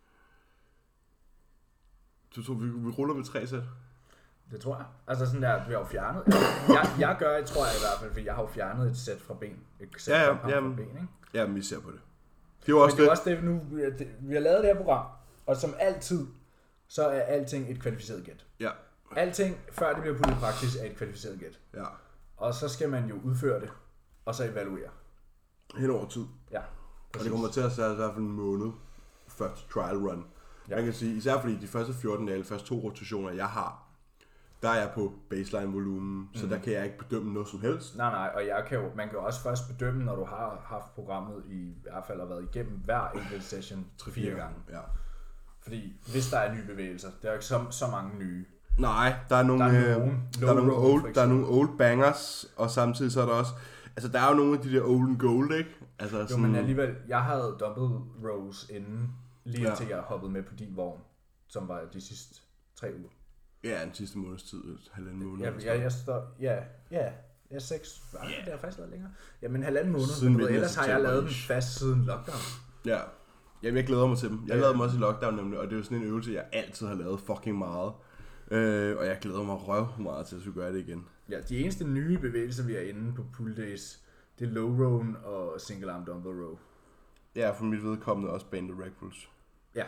Du tror, vi, vi ruller med tre sæt? Det tror jeg. Altså sådan der, vi har jo fjernet... Jeg, jeg gør, jeg tror jeg i hvert fald, fordi jeg har jo fjernet et sæt fra ben. Et sæt ja, ja, fra, ja, fra ben, ikke? Ja, men vi ser på det. Det er jo også det. det. Det er også det, nu... Vi, vi har lavet det her program, og som altid, så er alting et kvalificeret gæt. Ja. Alting, før det bliver puttet i praksis, er et kvalificeret gæt. Ja. Og så skal man jo udføre det, og så evaluere. Hen over tid. Ja. Præcis. Og det kommer til at tage i hvert fald en måned første trial run. Ja. Man kan sige, især fordi de første fjorten dage, de første to rotationer, jeg har, der er jeg på baseline volumen, mm. så der kan jeg ikke bedømme noget som helst. Nej, nej, og jeg kan jo, man kan jo også først bedømme, når du har haft programmet i, i hvert fald har været igennem hver enkelt session tre-fire gange. Ja. Fordi hvis der er nye bevægelser, der er jo ikke så, så mange nye. Nej, der er nogle, der er nogle, øh, der er nogle, old, der er nogle old bangers, og samtidig så er der også, altså der er jo nogle af de der old and gold, ikke? Altså, jo, sådan, men alligevel, jeg havde double rows inden, lige ja. til jeg hoppede med på din vogn, som var de sidste tre uger. Ja, den sidste måneds tid, halvanden måned. Ja, ja, jeg står, ja, ja, jeg er seks, yeah. det har faktisk været længere. Ja, men halvanden måned, men ellers har jeg lavet den fast siden lockdown. Ja, jamen jeg glæder mig til dem. Jeg ja. lavede dem også i lockdown nemlig, og det er jo sådan en øvelse, jeg altid har lavet fucking meget. Øh, og jeg glæder mig røv meget til at skulle gøre det igen. Ja, de eneste nye bevægelser, vi er inde på pull days, det er low row og single arm dumbbell row. Ja, for mit vedkommende også banded rack pulls. Ja.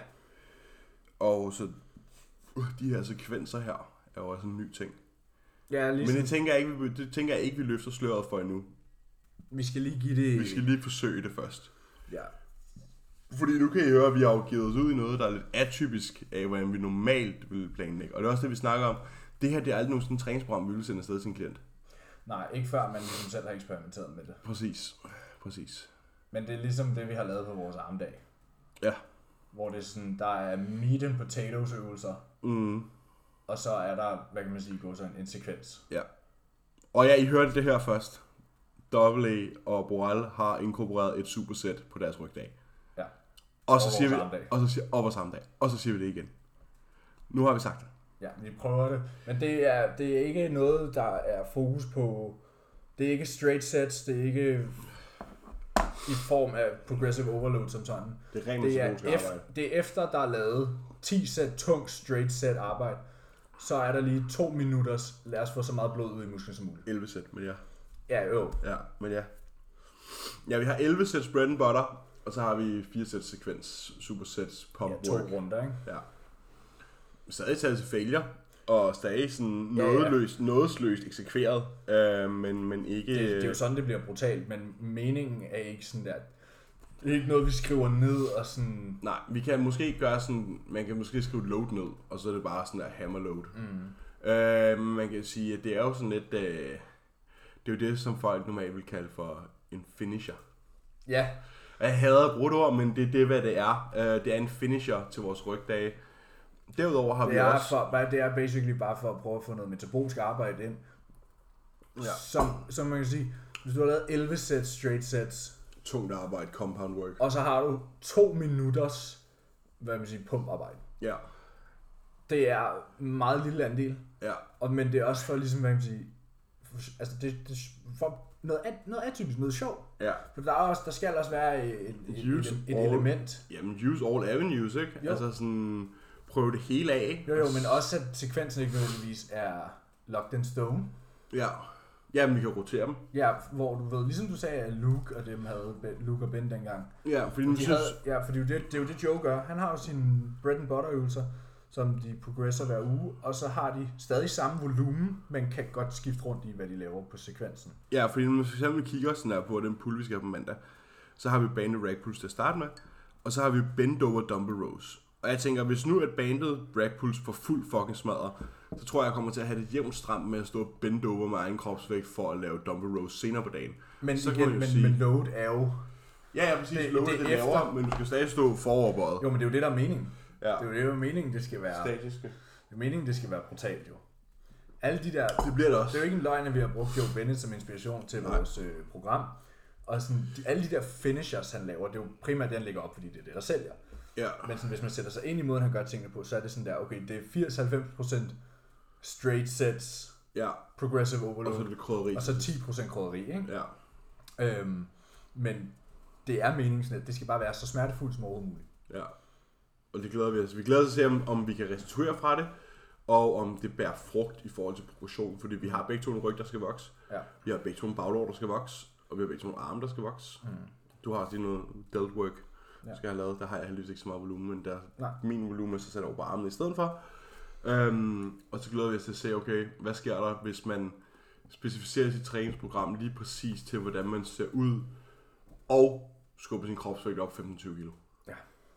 Og så de her sekvenser her er jo også en ny ting. Ja, ligesom... Men det tænker, jeg ikke, det tænker jeg ikke, vi løfter sløret for endnu. Vi skal lige give det... Vi skal lige forsøge det først. Ja. Fordi nu kan I høre, at vi har jo givet os ud i noget, der er lidt atypisk af, hvordan vi normalt vil planlægge. Og det er også det, vi snakker om. Det her, det er aldrig nogen sådan en træningsprogram, vi vil sende afsted til en klient. Nej, ikke før man ligesom selv har eksperimenteret med det. Præcis. Præcis. Men det er ligesom det, vi har lavet på vores armdag. Ja. Hvor det er sådan, der er meat and potatoes øvelser. Mm. Og så er der, hvad kan man sige, gå sådan en sekvens. Ja. Og ja, I hørte det her først. W A og Boral har inkorporeret et supersæt på deres rygdag. Ja. Og så siger vi, og så siger, og vores samme dag. Og så siger vi det igen. Nu har vi sagt det. Ja, vi prøver det. Men det er, det er ikke noget, der er fokus på... Det er ikke straight sets, det er ikke i form af progressive overload som sådan. Det er rent det er, ef- det er efter, der er lavet ti sæt tung straight set arbejde, så er der lige to minutters, lad os få så meget blod ud i musklen som muligt. elleve sæt, men ja. Ja, jo. Ja, men ja. Ja, vi har elleve sæt bread and butter, og så har vi fire sæt sekvens, supersets, pump Ja, to work. runder, ikke? Ja. Stadig taget til failure, og stadig sådan Ja, ja. nådesløst, nådesløst eksekveret, øh, men, men ikke... Det, det er jo sådan, det bliver brutalt, men meningen er ikke sådan der... Det er ikke noget, vi skriver ned og sådan... Nej, vi kan måske gøre sådan... Man kan måske skrive load ned, og så er det bare sådan der hammer load. Mm. Øh, man kan sige, at det er jo sådan lidt... Øh, det er jo det, som folk normalt vil kalde for en finisher. Ja. Jeg hader at bruge det ord, men det, det er, hvad det er. Øh, det er en finisher til vores rygdage. Derudover har Det vi er, også... for, det er basically bare for at prøve at få noget metabolsk arbejde ind. Ja. Som, som man kan sige, hvis du har lavet elleve sæt straight sets, Tungt arbejde, compound work. og så har du to minutters, hvad man siger, pumparbejde. Ja. Det er meget lille andel, Ja. og, men det er også for ligesom, hvad man siger, for, altså det, det for noget, noget atypisk, noget sjovt. Ja. For der, er også, der skal også være et, et, et, Use et, et all- element. Jamen, use all avenues, ikke? Jo. Altså sådan... Prøve det hele af. Jo jo, men også at sekvensen ikke nødvendigvis er locked in stone. Ja. Jamen, vi kan rotere dem. Ja, hvor du ved, ligesom du sagde, at Luke og dem havde, Luke og Ben dengang. Ja, fordi nu De synes... havde, ja, fordi det, det er jo det Joe gør. Han har jo sine bread and butter øvelser, som de progresser hver uge, og så har de stadig samme volumen, men kan godt skifte rundt i, hvad de laver på sekvensen. Ja, fordi når vi for eksempel kigger sådan der på den pull, vi skal have på mandag, så har vi bandet rack pulls til at starte med, og så har vi bend over dumbbell rows. Og jeg tænker, hvis nu at bandet rack pulls på fuld fucking smadret, så tror jeg, jeg kommer til at have det jævnt stramt med at stå og bend over med egen kropsvægt for at lave dumbbell rows senere på dagen. Men Så kan igen, man jo men, sige- men load er jo... Ja, ja, præcis. Det- Det, load, det det, er det lavere, efter- men du skal stadig stå foroverbøjet. Jo, men det er jo det, der er meningen. Ja. Det er jo det, der er meningen, det skal være... Statiske. Det er meningen, det skal være brutalt, jo. Alle de der... Det bliver det også. Det er jo ikke en løgn, at vi har brugt Joe Bennett som inspiration til Nej. vores øh, program. Og sådan, de, alle de der finishers, han laver, det er jo primært det, han lægger op, fordi det er det, der sælger. Ja. Men sådan, hvis man sætter sig ind i måden, han gør tingene på, så er det sådan der, okay, det er firs til halvfems procent straight sets, Ja. progressive Og så er overload, det krydderi. og så ti procent krydderi, ikke? Ja. Øhm, men det er meningen sådan, at det skal bare være så smertefuldt som overhovedet muligt. Ja. Og det glæder vi os. Vi glæder os til at se, om, om vi kan restituere fra det, og om det bærer frugt i forhold til progression, fordi vi har begge to en ryg, der skal vokse. Ja. Vi har begge to en baglår, der skal vokse, og vi har begge to en arme, der skal vokse. Mm. Du har også lige noget delt work, Ja. du skal have lavet. Der har jeg heldigvis ikke så meget volumen, men der, Nej. min volumen er så sat over på armene i stedet for. Øhm, og så glæder vi os til at se, okay, hvad sker der, hvis man specificerer sit træningsprogram lige præcis til, hvordan man ser ud, og skubber sin kropsvægt op femten til tyve kilo. Ja.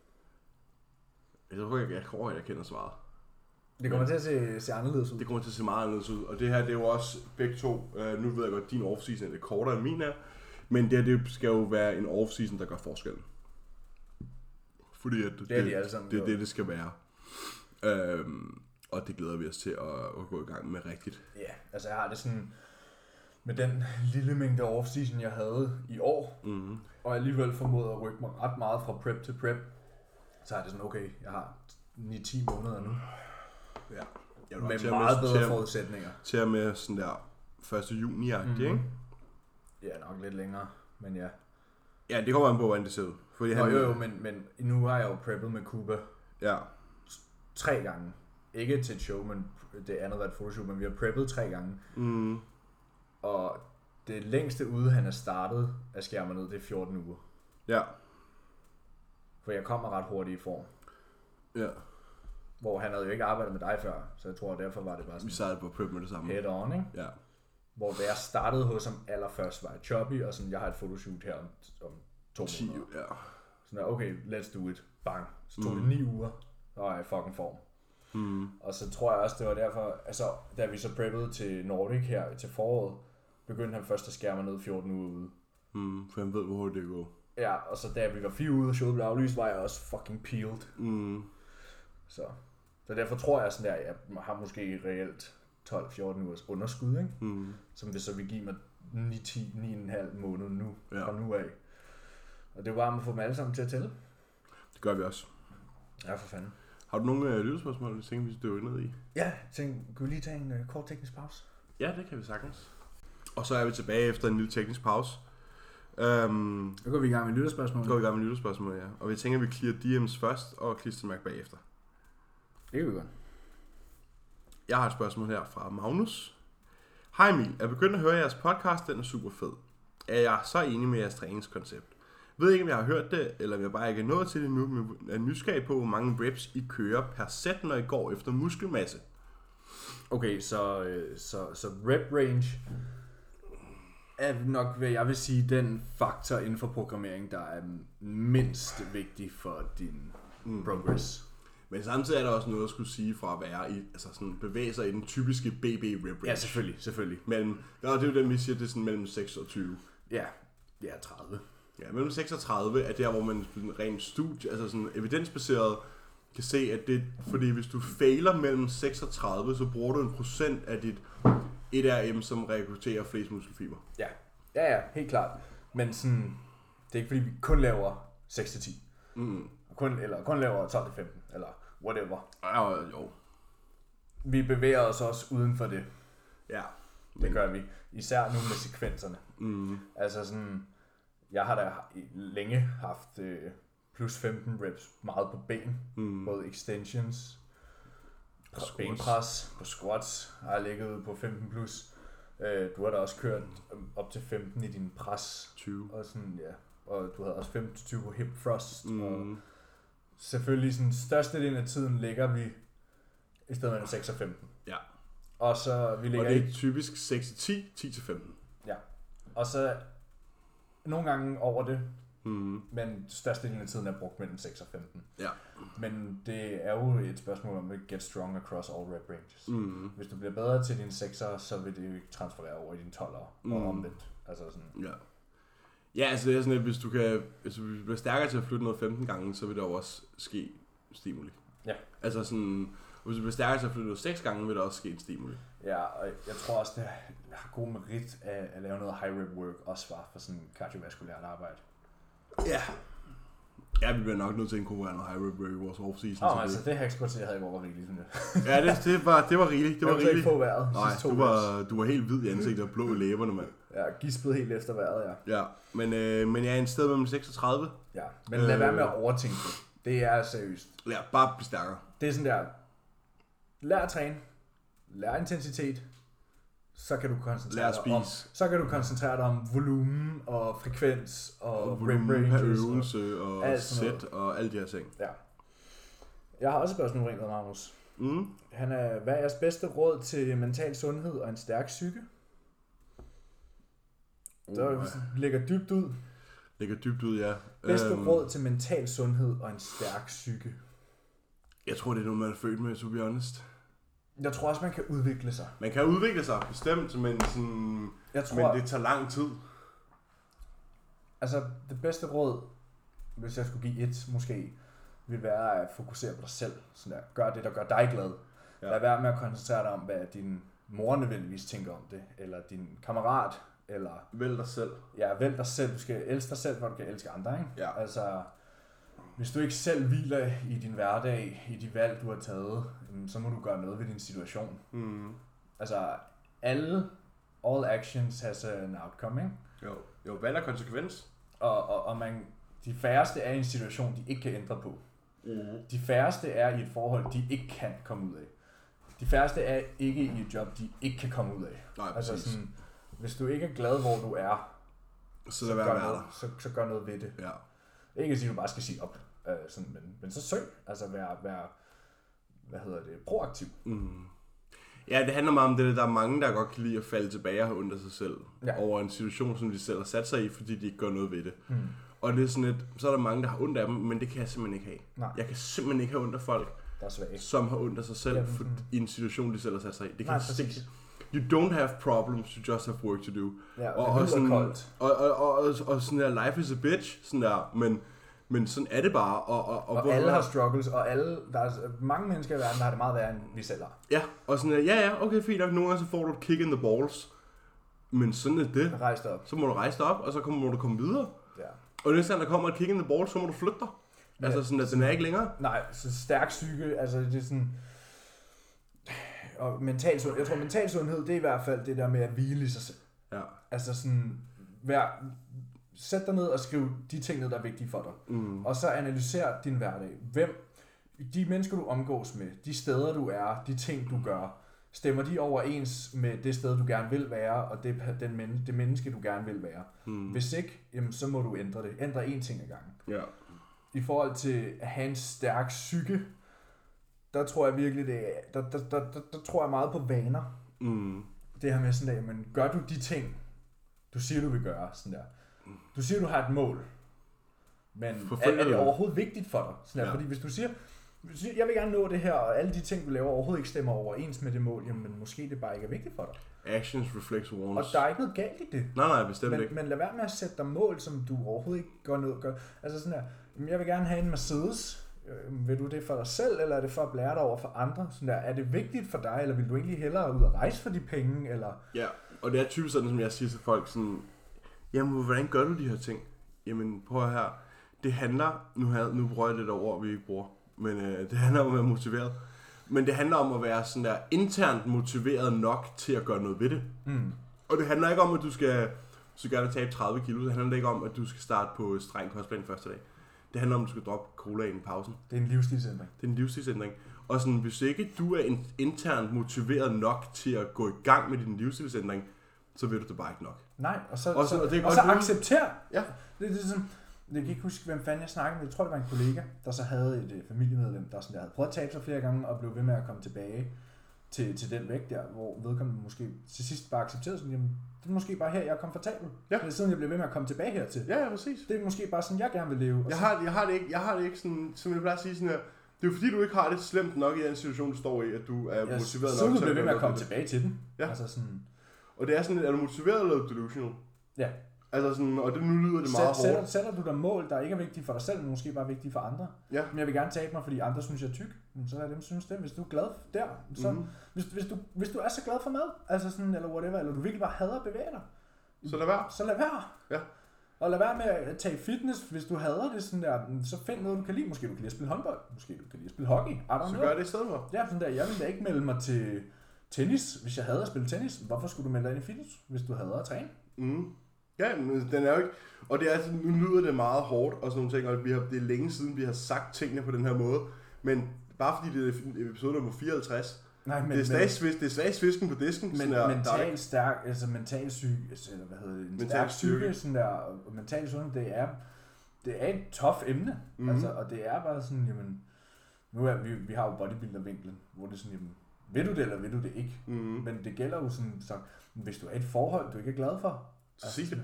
Jeg tror ikke, jeg tror, jeg kender svaret. Det kommer til at se, se anderledes ud. Det kommer til at se meget anderledes ud, og det her, det er jo også begge to, øh, nu ved jeg godt, at din off-season er lidt kortere end min er, men det her, det skal jo være en off-season, der gør forskellen. Fordi at det, Det er de alle sammen det, det, gjort. det, det skal være. Øhm, og det glæder vi os til at, at gå i gang med rigtigt. Ja, altså jeg har det sådan, med den lille mængde off-season, jeg havde i år, Mm-hmm. og alligevel formåede at rykke mig ret meget fra prep til prep, så er det sådan, okay, jeg har ni til ti måneder nu, Ja. Jeg med meget bedre forudsætninger. Til og med sådan der første juni-agtigt, Mhm. ikke? Ja, nok lidt længere, men ja. Ja, det kommer an på, hvordan det ser ud. Fordi Nå, han, jo, jo, men, men nu har jeg jo preppet med Cuba Ja, tre gange. Ikke til et show, men det andet var et fotoshoot, men vi har preppet tre gange. mm, Og det længste ude, han er startet af skærmen ned, det er fjorten uger. ja, For jeg kommer ret hurtigt i form. ja. Hvor han havde jo ikke arbejdet med dig før, så jeg tror, derfor var det bare Vi sådan startede på prep med det samme. head on, ikke? Ja. Hvor da jeg startede hos ham allerførst, var jeg choppy, og sådan, jeg har et fotoshoot her om, om to ti, måneder. ja. Sådan der, okay, let's do it. Bang. Så tog Mm. det ni uger, og jeg er i fucking form. Mm, Og så tror jeg også, det var derfor, altså, da vi så preppede til Nordic her til foråret, begyndte han først at skære mig ned fjorten uger ude. mm, for han ved, hvor hurtigt det går. Ja, og så da vi var fire ude, og showet blev aflyst, var jeg også fucking peeled. Mm, Så, så derfor tror jeg sådan der, jeg har måske reelt tolv fjorten ugers underskud, ikke? mm. Som vil så vil give mig ni ti ni komma fem måneder nu, Ja. fra nu af. Og det var bare at få dem alle sammen til at tælle. Det gør vi også. Ja, for fanden. Har du nogle øh, lytterspørgsmål, du tænker, vi skal dykke ned i? Ja, jeg tænkte, kan vi lige tage en øh, kort teknisk pause? Ja, det kan vi sagtens. Og så er vi tilbage efter en lille teknisk pause. Um, Så går vi i gang med lytterspørgsmål. Så går vi i gang med lytterspørgsmål, ja. Og vi tænker, at vi clear D M's først og klistermærke bagefter. Det kan vi godt. Jeg har et spørgsmål her fra Magnus. Hej Emil, jeg er begyndt at høre jeres podcast, den er super fed. Er jeg så enig med jeres træningskoncept? Jeg ved ikke, om jeg har hørt det, eller om jeg bare ikke er nået til det nu, men er nysgerrig på, hvor mange reps I kører per sæt, når I går efter muskelmasse. Okay, så, øh, så, så rep range er nok, hvad jeg vil sige, den faktor inden for programmering, der er mindst vigtig for din mm. progress. Men samtidig er der også noget at skulle sige fra at være i, altså sådan bevæge sig i den typiske B B rep range. Ja, selvfølgelig, selvfølgelig. Mellem, ja, det er jo den, vi siger, det er sådan mellem seks og tyve. Ja, ja, tredive. Ja, mellem seks og tredive er der, hvor man rent studie, altså sådan evidensbaseret, kan se, at det, fordi hvis du fejler mellem seks og tredive, så bruger du en procent af dit et R M, som rekrutterer flest muskelfiber. Ja, ja, ja, helt klart. Men sådan, det er ikke fordi, vi kun laver seks til ti. Mm. Kun, eller kun laver tolv til femten, eller whatever. Ja, jo. Vi bevæger os også uden for det. Ja. Men det gør vi. Især nu med sekvenserne. Mm. Altså sådan, jeg har da længe haft øh, plus femten reps meget på ben. Mm. Både extensions, på benpres, på squats har jeg ligget ude på femten plus. Øh, du har da også kørt op til femten i din pres. tyve. Og sådan, ja. Og du havde også femten til tyve på hip thrust. Mm. Og selvfølgelig sådan, størstedelen af tiden ligger vi i stedet mellem seks og femten. Ja. Og så vi ligger og det er i, typisk seks til ti, ti til femten. ja. Og så nogle gange over det, Mm. men størstedelen af tiden er brugt mellem seks og femten. Ja. Men det er jo et spørgsmål om at get strong across all rep ranges. Mm. Hvis du bliver bedre til dine sekser, så vil det jo ikke transferere over i dine tolvere Mm. og omvendt. Altså sådan. Ja. Ja, altså det er sådan, at hvis du kan, altså hvis du bliver stærkere til at flytte noget femten gange, så vil der jo også ske stimuli. Ja. Altså sådan, hvis du bliver stærkere til at flytte noget seks gange, vil der også ske en stimuli. Ja, og jeg tror også, det har god merit at, at lave noget high rep work, også var for sådan kardiovaskulært arbejde. Ja. Ja, vi bliver nok nødt til at inkorporere noget high rep work i vores off-season. Åh, oh, altså det hexport, jeg havde i går var rigeligt, synes jeg. Ja, det, det, var, det var rigeligt. Det var jeg rigeligt. ikke få vejret. Nej, du var, du var helt hvid i ansigtet og blå i læberne, mand. Ja, gispet helt efter vejret, ja. Ja, men, øh, men jeg er en sted mellem seks og tredive. Ja, men lad øh, være med at overtænke det. Det er seriøst. Ja, bare blive stærkere. Det er sådan der, lær at træne, lær intensitet, så kan du koncentrere dig om, så kan du koncentrere dig om volumen og frekvens og, og volumen per øvelse og, og sæt og alle de her ting. Ja. Jeg har også et spørgsmål ringet, Magnus. Mm. Han er, hvad er jeres bedste råd til mental sundhed og en stærk psyke? Der ligger dybt ud. Ligger dybt ud, ja. Bedste øhm, råd til mental sundhed og en stærk psyke? Jeg tror, det er noget, man er født med, to be honest. Jeg tror også, man kan udvikle sig. Man kan udvikle sig, bestemt, men, sådan, jeg tror, men det tager lang tid. Altså, det bedste råd, hvis jeg skulle give et, måske, vil være at fokusere på dig selv. Sådan der. Gør det, der gør dig glad. Ja. Lad være med at koncentrere dig om, hvad din mor nødvendigvis tænker om det, eller din kammerat, eller... Vælg dig selv. Ja, vælg dig selv. Du skal elske dig selv, hvor du kan elske andre, ikke? Ja. Altså, hvis du ikke selv hviler i din hverdag, i de valg, du har taget, så må du gøre noget ved din situation. Mm. Altså, alle, all actions has an outcome, ikke? Jo, jo, valg er konsekvens. Og, og, og man, de færreste er i en situation, de ikke kan ændre på. Mm. De færreste er i et forhold, de ikke kan komme ud af. De færreste er ikke i et job, de ikke kan komme ud af. Nej, altså sådan, hvis du ikke er glad, hvor du er, så, så, gør, noget, så, så gør noget ved det. Ja. Ikke at sige, at du bare skal sige op, øh, sådan, men, men så søg. Altså være, være hvad hedder det, proaktiv. Mm. Ja, det handler meget om det, der er mange, der godt kan lide at falde tilbage og have ondt af sig selv. Ja. Over en situation, som de selv har sat sig i, fordi de ikke gør noget ved det. Mm. Og det er sådan et, så er der mange, der har ondt af dem, men det kan jeg simpelthen ikke have. Nej. Jeg kan simpelthen ikke have ondt af folk, der er svage, som har ondt af sig selv, ja, for, i en situation, de selv har sat sig i. Det kan Nej, jeg ikke. You don't have problems, you just have work to do. Ja, og, og, og, sådan, koldt. Og, og, og, og, og sådan der, life is a bitch, sådan der, men, men sådan er det bare. Og, og, og, og alle har struggles, og alle, der er mange mennesker i verden, der har det meget værre, end vi selv har. Ja, og sådan der, ja ja, okay fint nok, nogle gange så får du et kick in the balls, men sådan er det. Rejs dig op. Så må du rejse dig op, og så må du komme videre. Ja. Og næste gang der kommer et kick in the balls, så må du flytte dig. Altså sådan, at den er ikke længere? Nej, så stærk psyke, altså det er sådan... Og mental sundhed, jeg tror mental sundhed, det er i hvert fald det der med at hvile i sig selv. Ja. Altså sådan, vær, sæt dig ned og skriv de ting ned, der er vigtige for dig. Mm. Og så analyser din hverdag. Hvem, de mennesker du omgås med, de steder du er, de ting du gør, stemmer de overens med det sted du gerne vil være, og det, den men, det menneske du gerne vil være. Mm. Hvis ikke, jamen, så må du ændre det. Ændre én ting ad gangen. Ja. I forhold til at have en stærk psyke, der tror jeg virkelig, det er, der, der, der, der, der tror jeg meget på vaner. Mm. Det her med sådan der, men gør du de ting, du siger, du vil gøre, sådan der. Du siger, du har et mål, men er, er det overhovedet vigtigt for dig? Sådan der? Ja. Fordi hvis du siger, hvis du siger, jeg vil gerne nå det her, og alle de ting, du laver, overhovedet ikke stemmer overens med det mål, jamen måske det bare ikke er vigtigt for dig. Actions reflects wants. Og der er ikke noget galt i det. Nej, nej, bestemt men, ikke. Men lad være med at sætte dig mål, som du overhovedet ikke går ned og gør. Altså sådan der, jeg vil gerne have en Mercedes. Vil du det for dig selv, eller er det for at blære dig over for andre? Sådan der, er det vigtigt for dig, eller vil du egentlig hellere ud og rejse for de penge? Eller? Ja, og det er typisk sådan, som jeg siger til folk, sådan, jamen, hvordan gør du de her ting? Jamen, prøv her. Det handler, nu, har jeg, nu bruger jeg lidt over, vi ikke bruger, men øh, det handler om at være motiveret. Men det handler om at være sådan der internt motiveret nok til at gøre noget ved det. Mm. Og det handler ikke om, at du skal, så gerne tabe tredive kilo. Det handler ikke om, at du skal starte på streng kostplan første dag. Det handler om, at du skal droppe colaen i pausen. Det er en livsstilsændring. Det er en livsstilsændring. Og sådan, hvis ikke du er internt motiveret nok til at gå i gang med din livsstilsændring, så vil du det bare ikke nok. Nej, og så, og så, så, og det og så accepter. Ja. Det, det er sådan, jeg kan ikke huske, hvem fanden jeg snakkede med. Jeg tror, det var en kollega, der så havde et uh, familiemedlem, der, sådan, der havde prøvet at tabe sig flere gange og blev ved med at komme tilbage til, til den vægt der, hvor vedkommende måske til sidst bare accepterede sådan, jamen, det er måske bare her, jeg er komfortabel. Ja. Det er siden, jeg bliver ved med at komme tilbage hertil. Ja, ja, præcis. Det er måske bare sådan, jeg gerne vil leve. Jeg har, jeg har det ikke, jeg har det ikke sådan, som jeg plejer at sige sådan her, det er jo fordi, du ikke har det slemt nok i den situation, du står i, at du er ja, motiveret nok. Siden du bliver ved med at komme tilbage til den. Ja. Altså sådan... Og det er sådan, er du motiveret eller delusional? Ja. Altså sådan, og det, nu lyder det meget Sæt, hårdt. Sætter du dig mål, der ikke er vigtige for dig selv, men måske bare vigtige for andre. Ja. Men jeg vil gerne tabe mig, fordi andre synes, jeg er tyk. Så er dem synes det. Hvis du er glad der, så... Mm-hmm. Hvis, hvis, du, hvis du er så glad for mad, altså sådan, eller whatever, eller du virkelig bare hader at bevæge dig. Så lad være. Så lad være. Ja. Og lad være med at tage fitness, hvis du hader det sådan der, så find noget, du kan lide. Måske du kan lide at spille håndbold, måske du kan lide at spille hockey. Så gør det i stedet for. Ja, sådan der, jeg ville da ikke melde mig til tennis, hvis jeg hader at spille tennis. Hvorfor skulle du melde dig ind i fitness, hvis du hader at træne? Mm. Ja, men den er jo ikke... Og det er, nu lyder det meget hårdt og sådan nogle ting, og vi har, det er længe siden, vi har sagt tingene på den her måde. Men bare fordi det er episode nummer fireoghalvtreds, Nej, men, det er stadig, det er stadig svisken på disken. Men der, mental der stærk, altså mental syg, eller hvad hedder det, en mental stærk psyke, sådan der, og mental sundhed, det er, det er et tough emne, mm-hmm. altså, og det er bare sådan, jamen, nu er vi, vi har jo bodybuilder-vinklen, hvor det er sådan, jamen, vil du det, eller vil du det ikke? Mm-hmm. Men det gælder jo sådan, så, hvis du er et forhold, du ikke er glad for, så altså, sig det.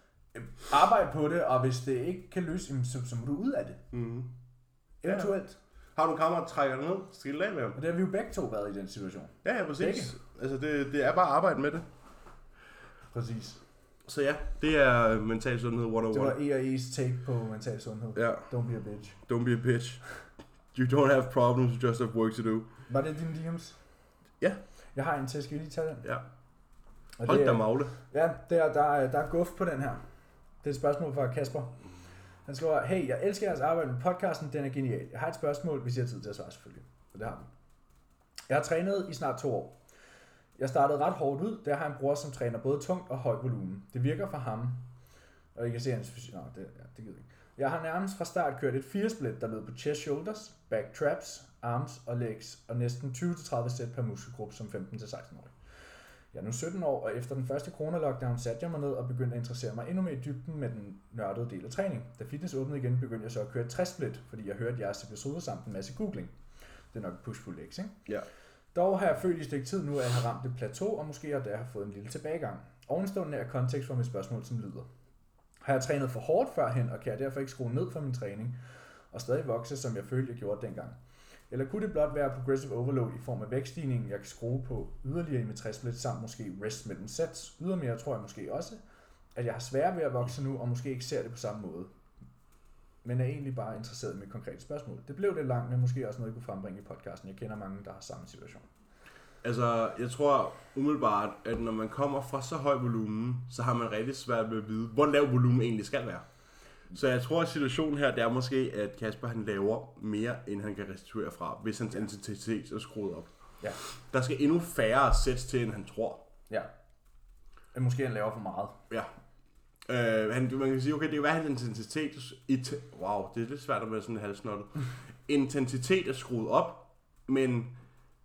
Arbejde på det, og hvis det ikke kan løse, så, så må du ud af det. Mm-hmm. Eventuelt. Ja. Har du en kammerat, der trækker dig ned, skille af med ham? Og det har vi jo begge to været i den situation. Ja, ja, præcis. Begge. Altså, det, det er bare at arbejde med det. Præcis. Så ja, det er mental sundhed et nul et. Det var E og E's take på mental sundhed. Ja. Don't be a bitch. Don't be a bitch. You don't have problems, you just have work to do. Var det din D M's? Ja. Jeg har en til, skal vi lige tage den? Ja. Og hold da magle. Ja, der, der, er, der er guf på den her. Det er et spørgsmål fra Kasper. Han skriver, hey, jeg elsker jeres arbejde med podcasten, den er genial. Jeg har et spørgsmål, hvis jeg har tid til at svare selvfølgelig. Og det har vi. Jeg har trænet i snart to år. Jeg startede ret hårdt ud, da jeg har en bror, som træner både tungt og høj volumen. Det virker for ham. Og I kan se hans fysik. Nå, det, ja, det gider ikke. Jeg har nærmest fra start kørt et fire split, der lød på chest shoulders, back traps, arms og legs, og næsten tyve til tredive sæt per muskelgruppe som femten til seksten-årig. Jeg er nu sytten år, og efter den første corona-lockdown satte jeg mig ned og begyndte at interessere mig endnu mere i dybden med den nørdede del af træning. Da fitness åbnede igen, begyndte jeg så at køre tres split, fordi jeg hørte jeres episode samt en masse googling. Det er nok push-pull legs, ikke? Ja. Dog har jeg følt i et stykke tid nu, at jeg har ramt et plateau, og måske har jeg der fået en lille tilbagegang. Ovenstående er kontekst for mit spørgsmål, som lyder. Har jeg trænet for hårdt førhen, og kan jeg derfor ikke skrue ned for min træning, og stadig vokse, som jeg følte, jeg gjorde dengang? Eller kunne det blot være progressive overload i form af vægtstigningen, jeg kan skrue på yderligere med tres split, samt måske rest mellem sets? Ydermere tror jeg måske også, at jeg har svært ved at vokse nu, og måske ikke ser det på samme måde. Men er egentlig bare interesseret i mit konkrete spørgsmål. Det blev lidt langt, men måske også noget, jeg kunne frembringe i podcasten. Jeg kender mange, der har samme situation. Altså, jeg tror umiddelbart, at når man kommer fra så høj volumen, så har man rigtig svært ved at vide, hvor lav volumen egentlig skal være. Så jeg tror, at situationen her, det er måske, at Kasper han laver mere, end han kan restituere fra, hvis hans intensitet er skruet op. Ja. Der skal endnu færre sæts til, end han tror. Ja. Måske han laver for meget. Ja. Øh, han, man kan sige, okay, det kan være, at hans intensitet... It, wow, det er lidt svært at være sådan en halvsnottet. Intensitet er skruet op, men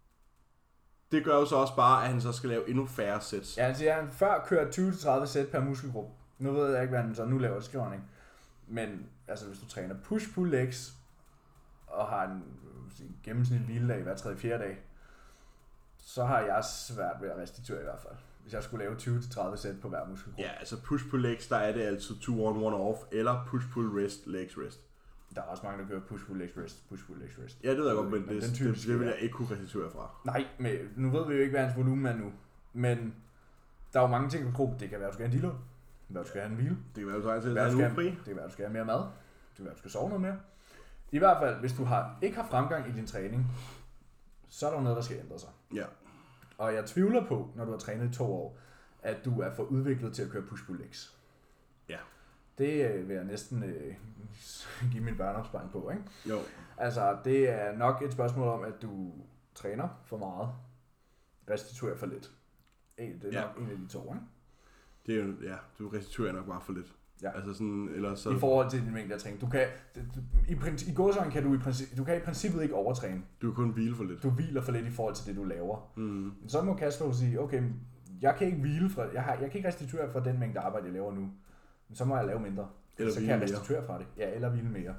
det gør jo så også bare, at han så skal lave endnu færre sæts. Ja, han siger, at han før kører tyve til tredive sæt per muskelgruppe. Nu ved jeg ikke, hvad han så nu laver skrivning. Men altså, hvis du træner push-pull legs, og har en gennemsnitlig hviledag hver tredje fjerde dag, så har jeg svært ved at restituere i hvert fald. Hvis jeg skulle lave tyve til tredive sæt på hver muskelgruppe. Ja, altså push-pull legs, der er det altid two on, one off, eller push-pull rest, legs rest. Der er også mange, der kører push-pull legs rest, push-pull legs rest. Ja, det ved jeg godt, men, men det, den det, det vil jeg ikke kunne restituere fra. Nej, men nu ved vi jo ikke, hvad hans volumen er nu. Men der er jo mange ting på gruppen. Det kan være, at du skal have en deload. Det kan være, at du skal have en hvile. Det kan være, at du trænger til Det at kan have være, en ufri. det kan være, at du skal have mere mad. Det kan være, at du skal sove noget mere. I hvert fald, hvis du har, ikke har fremgang i din træning, så er der noget, der skal ændre sig. Ja. Og jeg tvivler på, når du har trænet i to år, at du er for udviklet til at køre push-pull legs. Ja. Det øh, vil jeg næsten øh, give min børneopsparing på, ikke? Jo. Altså, det er nok et spørgsmål om, at du træner for meget, restituerer for lidt. Det er ja. nok en af de to, ikke? Det er jo, ja, du restituerer nok bare for lidt. Ja. Altså sådan, eller så... I forhold til din mængde af træning. Du kan, du, i, princi- i gåsøjne kan du i, princi- du kan i princippet ikke overtræne. Du kan kun hvile for lidt. Du hviler for lidt i forhold til det, du laver. Mm. Så må Kasper sige, okay, jeg kan ikke hvile fra, jeg, har, jeg kan ikke restituere fra den mængde arbejde, jeg laver nu. Så må jeg lave mindre. Eller så kan jeg restituere fra det. Ja, eller hvile mere.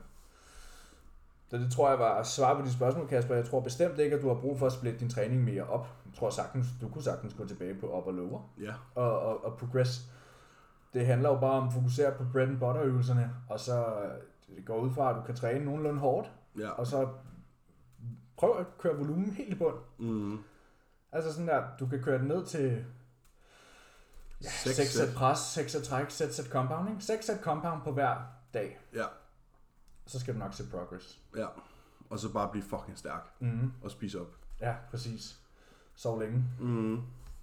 Så det tror jeg var at svare på de spørgsmål, Kasper. Jeg tror bestemt ikke, at du har brug for at splitte din træning mere op. Jeg tror sagtens, du kunne sagtens gå tilbage på upper og lower. Ja. Og, og, og progress. Det handler jo bare om at fokusere på bread and butter øvelserne. Og så det går ud fra, at du kan træne nogenlunde hårdt. Ja. Og så prøv at køre volumen helt i bund. Mm. Altså sådan der, du kan køre den ned til ja, seks sæt pres, seks sæt træk, seks sæt compounding. seks sæt compound på hver dag. Ja. Så skal du nok se progress. Ja. Og så bare blive fucking stærk. Mm. Og spise op. Ja, præcis. Sov længe. Mm.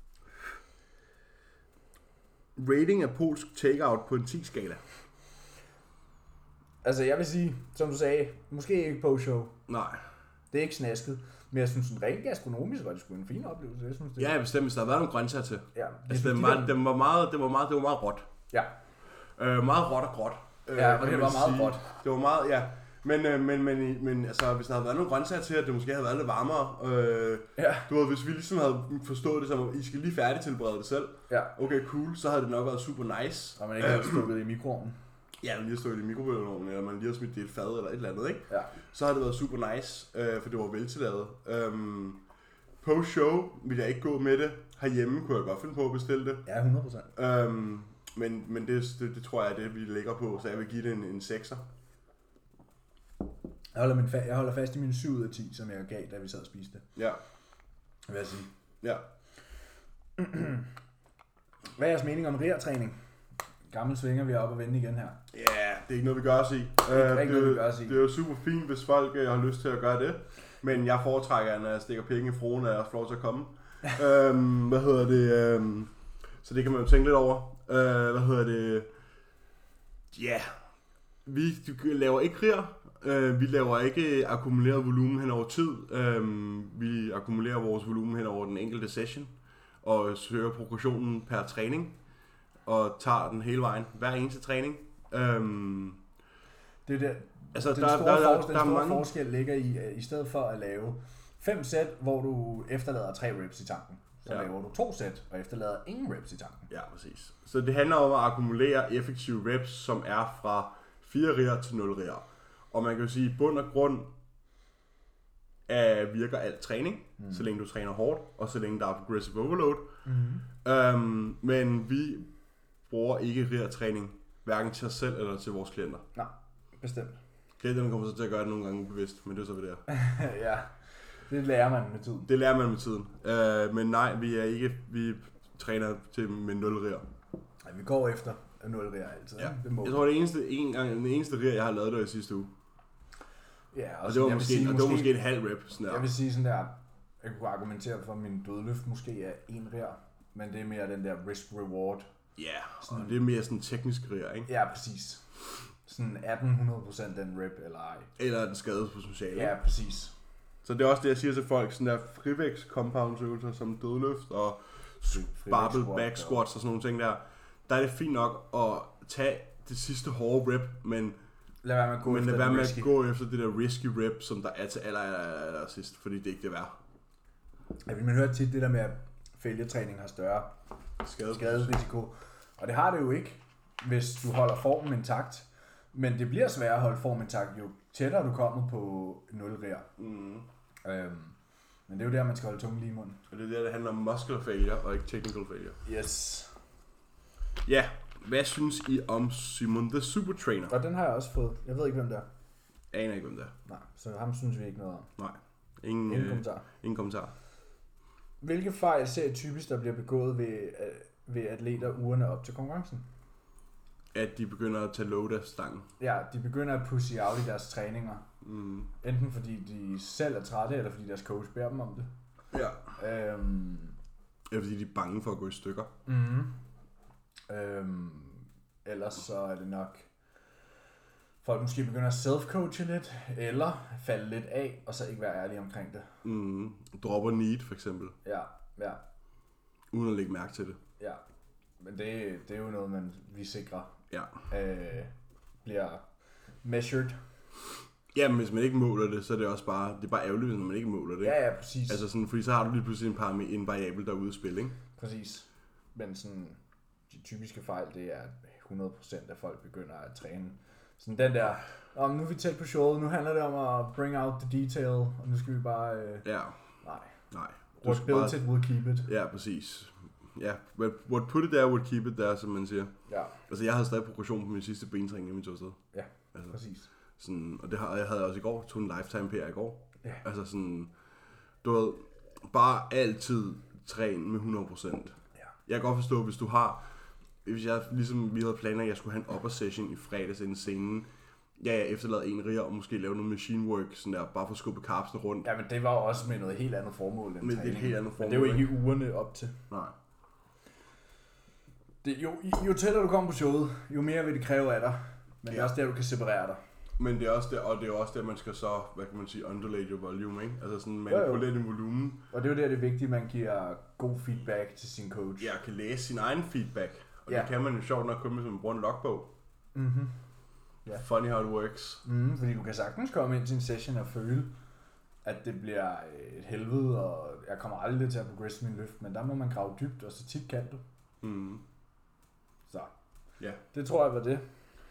Rating af polsk takeout på en ti-skala. Altså jeg vil sige, som du sagde, måske ikke post-show. Nej. Det er ikke snasket. Men jeg synes, sådan rent gastronomisk var det sgu en fin oplevelse. Jeg synes, det Ja, bestemt, hvis der havde været nogle grøntsager til. Ja, Altså, den var, den var meget, det var meget, det var meget råt. Ja. Øh, meget råt og gråt. Øh, Ja, og kan det man var meget sige. råt. Det var meget, ja. Men, øh, men, men, men altså, hvis der havde været nogle grøntsager til, at det måske havde været lidt varmere. Øh, Ja. Du ved, hvis vi ligesom havde forstået det som, at I skal lige færdig tilberede det selv. Ja. Okay, cool. Så havde det nok været super nice. Og man ikke havde stukket i mikroovnen. Ja, man lige har stået i mikrobølgeovnen, eller man lige har smidt det i et fad eller et eller andet, ikke? Ja. Så har det været super nice, øh, for det var veltillavet. Øhm, Post-show vil jeg ikke gå med det. Herhjemme kunne jeg godt finde på at bestille det. Ja, hundrede procent. Øhm, men men det, det, det tror jeg er det, vi lægger på, så jeg vil give det en, en sekser. Jeg holder, min fa- jeg holder fast i min syv ud af ti, som jeg gav, da vi sad og spiste. Ja. Hvad jeg sige. Ja. Hvad er jeres mening om reatræning? Gammel svinger vi er op og vende igen her. Ja, det er ikke noget, vi gør os i. er Øh, ikke noget, vi gør os i. det er jo super fint, hvis folk øh, har lyst til at gøre det. Men jeg foretrækker, når jeg stikker penge i fruen, at jeg får lov til at komme. øhm, hvad hedder det? Øhm, så det kan man jo tænke lidt over. Øh, hvad hedder det? Ja, yeah. Vi laver ikke rier. Øh, vi laver ikke akkumuleret volumen hen over tid. Øh, vi akkumulerer vores volumen hen over den enkelte session. Og søger progressionen per træning. Og tager den hele vejen. Hver eneste træning. Øhm, Det er det. altså, Den der, store, der, der, for, der, den der er store mange... forskel ligger i, at i stedet for at lave fem sæt, hvor du efterlader tre reps i tanken, så Ja. laver du to sæt og efterlader ingen reps i tanken. Ja, præcis. Så det handler om at akkumulere effektive reps, som er fra fire rier til nul rier. Og man kan jo sige, at i bund og grund af virker alt træning, mm. så længe du træner hårdt, og så længe der er progressive overload. Mm. Øhm, men vi bruger ikke rier-træning, hverken til os selv eller til vores klienter. Nej, bestemt. Klienterne kommer så til at gøre det nogle gange ubevidst, men det er så ved det her. Ja, det lærer man med tiden. Det lærer man med tiden. Øh, men nej, vi er ikke, vi træner til med nul rier. Ja, vi går efter nul rier altid. Ja. Det må Jeg tror, det eneste, en gang, den eneste rier, jeg har lavet, det var i sidste uge. Ja, Og det var, jeg vil måske, sige, og det var måske en halv rep. Sådan der. Jeg vil sige sådan der, jeg kunne argumentere for, at min dødløft måske er en rier, men det er mere den der risk-reward. Ja, yeah, og det er mere sådan teknisk rier, ikke? Ja, præcis. sådan atten hundrede procent den rep eller ej. Eller er den skadet på sociale. Ja, præcis. Så det er også det, jeg siger til folk, sådan der frivægts compoundsøvelser som dødløft og barbell back squats og sådan nogle ting der. Der er det fint nok at tage det sidste hårde rep, men lad være med at gå, men efter, lad være med risky. at gå efter det der risky rep, som der er til aller, aller, aller, aller sidst, fordi det er ikke det værd. Ja, man hører tit det der med, at fælgetræning har større skadesrisiko. Og det har det jo ikke, hvis du holder formen intakt. Men det bliver sværere at holde formen intakt, jo tættere du kommer på nul rear. Mm. Øhm, men det er jo der, man skal holde tungen lige i munden. Og det er der, det handler om muscular failure og ikke technical failure. Yes. Ja, hvad synes I om Simon the Super Trainer? Og den har jeg også fået. Jeg ved ikke, hvem det er. Jeg aner ikke, hvem det er. Nej, så ham synes vi ikke noget om. Nej, ingen, Ingen øh, kommentar. ingen kommentar. Hvilke fejl ser I typisk, der bliver begået ved, øh, ved atleter ugerne op til konkurrencen? At de begynder at tage load af stangen. Ja, de begynder at pussy out i deres træninger. Mm. Enten fordi de selv er trætte, eller fordi deres coach beder dem om det. Ja. Øhm, Eller fordi de er bange for at gå i stykker. mm-hmm. øhm, ellers så er det nok, folk måske begynder at self-coache lidt, eller falde lidt af, og så ikke være ærlige omkring det. Mm. Dropper need for eksempel. Ja, ja, Uden at lægge mærke til det. ja. Men det, det er jo noget, man vi sikrer Ja. øh, bliver measured. Ja, men hvis man ikke måler det, så er det også bare, det er bare ærgerligt, når man ikke måler det. Ja, ja, præcis. Altså sådan, fordi så har du lige pludselig en, parameter, en variabel, der er ude at spille, ikke? Præcis. Men sådan, de typiske fejl, det er hundrede procent af folk begynder at træne. Sådan den der, oh, nu er vi tæt på showet, nu handler det om at bring out the detail, og nu skal vi bare, øh, Ja. nej. Nej. What built it will keep it. Ja, præcis. Ja, what, what put it there would keep it there, som man siger. Ja, Altså, jeg havde stadig progression på min sidste bentræning, inden vi tog afsted. ja, Altså, præcis. sådan, og det havde jeg havde også i går. Jeg tog en lifetime P R i går. Ja. Altså sådan, du ved, bare altid træne med hundrede procent. Ja. Jeg kan godt forstå, hvis du har, hvis jeg ligesom vi havde planer, at jeg skulle have en upper session i fredags inden scenen. Ja, jeg efterlader en riger og måske lave noget machine work, sådan der, bare for at skubbe karpsene rundt. Ja, men det var jo også med noget helt andet formål end Men det er et træning. helt andet Men det er jo formål, ikke ugerne op til. Nej. Det, jo, jo tættere du kommer på showet, jo mere vil det kræve af dig. Men det er Ja. også der, du kan separere dig. Men det er også der, og det er også der, man skal så, hvad kan man sige, undulate your volume, ikke? Altså sådan Jo, jo. manipulere din volumen. Og det er jo der, det er vigtigt, at man giver god feedback til sin coach. Ja, kan læse sin egen feedback. Og Ja. det kan man jo sjovt nok kun, hvis man bruger en logbog. Mhm. Ja. Funny how it works. Mm, fordi du kan sagtens komme ind til en session og føle, at det bliver et helvede, og jeg kommer aldrig til at progresse min løft, men der må man grave dybt, og så tit kan du. Mm. Så Ja. det tror jeg var det.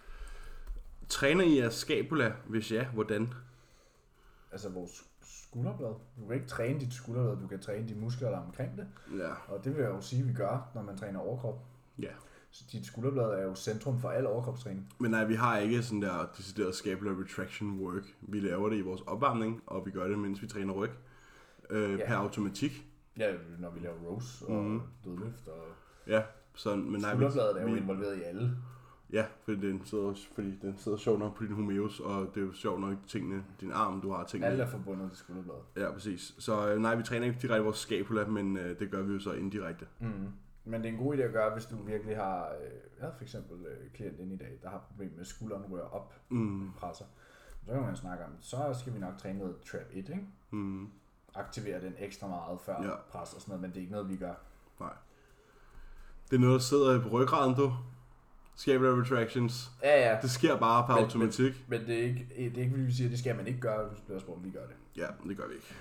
Træner I jeres scapula? Hvis ja, hvordan? Altså vores skulderblad. Du kan ikke træne dit skulderblad, du kan træne de muskler, der er omkring det. Ja. Og det vil jeg jo sige, at vi gør, når man træner overkrop. Ja. Så dit skulderblad er jo centrum for al overkropstræning. Men nej, vi har ikke sådan der decideret scapular retraction work. Vi laver det i vores opvarmning, og vi gør det, mens vi træner ryg. Øh, Ja. per automatik. Ja, når vi laver rows og Mhm. dødløft. Og Ja, så, men nej, skulderbladet er jo vi, involveret i alle. Ja, fordi den sidder, fordi den sidder sjovt nok på din humerus, og det er jo sjovt nok tingene, din arm, du har tingene. Alle er forbundet til skulderbladet. Ja, præcis. Så øh, nej, vi træner ikke direkte vores scapula, men øh, det gør vi jo så indirekte. Mm. Men det er en god idé at gøre, hvis du virkelig har, øh, jeg havde for eksempel øh, klient ind i dag, der har problemer med, at skulderen rører op, Mm. presser. Så kan man snakke om, så skal vi nok træne noget trap et, ikke? Mm. Aktivere den ekstra meget før Ja. pres og sådan noget, men det er ikke noget, vi gør. Nej. Det er noget, der sidder på ryggraden, du. Scapular retractions. Ja, ja. Det sker bare per Men- automatik. Men det er ikke, det er ikke fordi vi siger, at det skal man ikke gøre, hvis du bliver spurgt, om vi gør det. Ja, det gør vi ikke.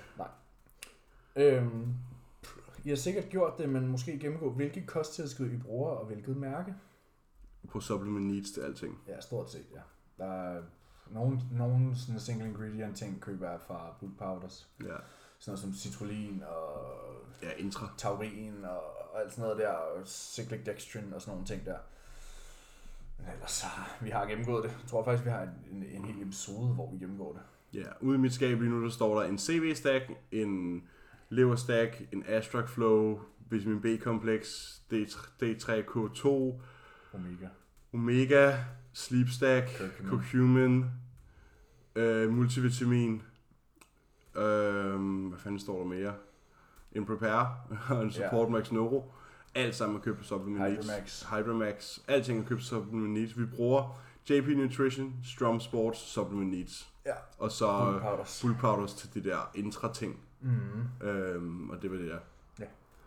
Øhm, I har sikkert gjort det, men måske gennemgå, hvilke kosttilskud I bruger, og hvilket mærke? På supplement needs til alting. Ja, stort set, ja. Der er nogle, nogle sådan single ingredient ting, køber jeg fra Bulk Powders. Ja. Sådan noget som citrullin og Ja, intra. taurin og, og alt sådan noget der, og cyclic dextrin og sådan nogle ting der. Men ellers så, vi har gennemgået det. Jeg tror faktisk, vi har en, en, en hel episode, hvor vi gennemgår det. Ja, ude i mit skab lige nu, der står der en C V-stack, en lever-stack, en Astrac Flow, vitamin B-kompleks, D tre K to, Omega. Omega, Sleep Stack, Curcumin. Curcumin, øh, multivitamin, øh, hvad fanden står der mere? En Prepare, og en Support Max Neuro. Alt sammen er købt på Supplement Needs. Hydromax. Hydromax. Alting er købt på Supplement Needs. Vi bruger J P Nutrition, Strom Sports, Supplement Needs. Ja. Og så Bulk powders. Bulk powders til de der intra-ting. Mm. Øhm, og det var det der. Ja.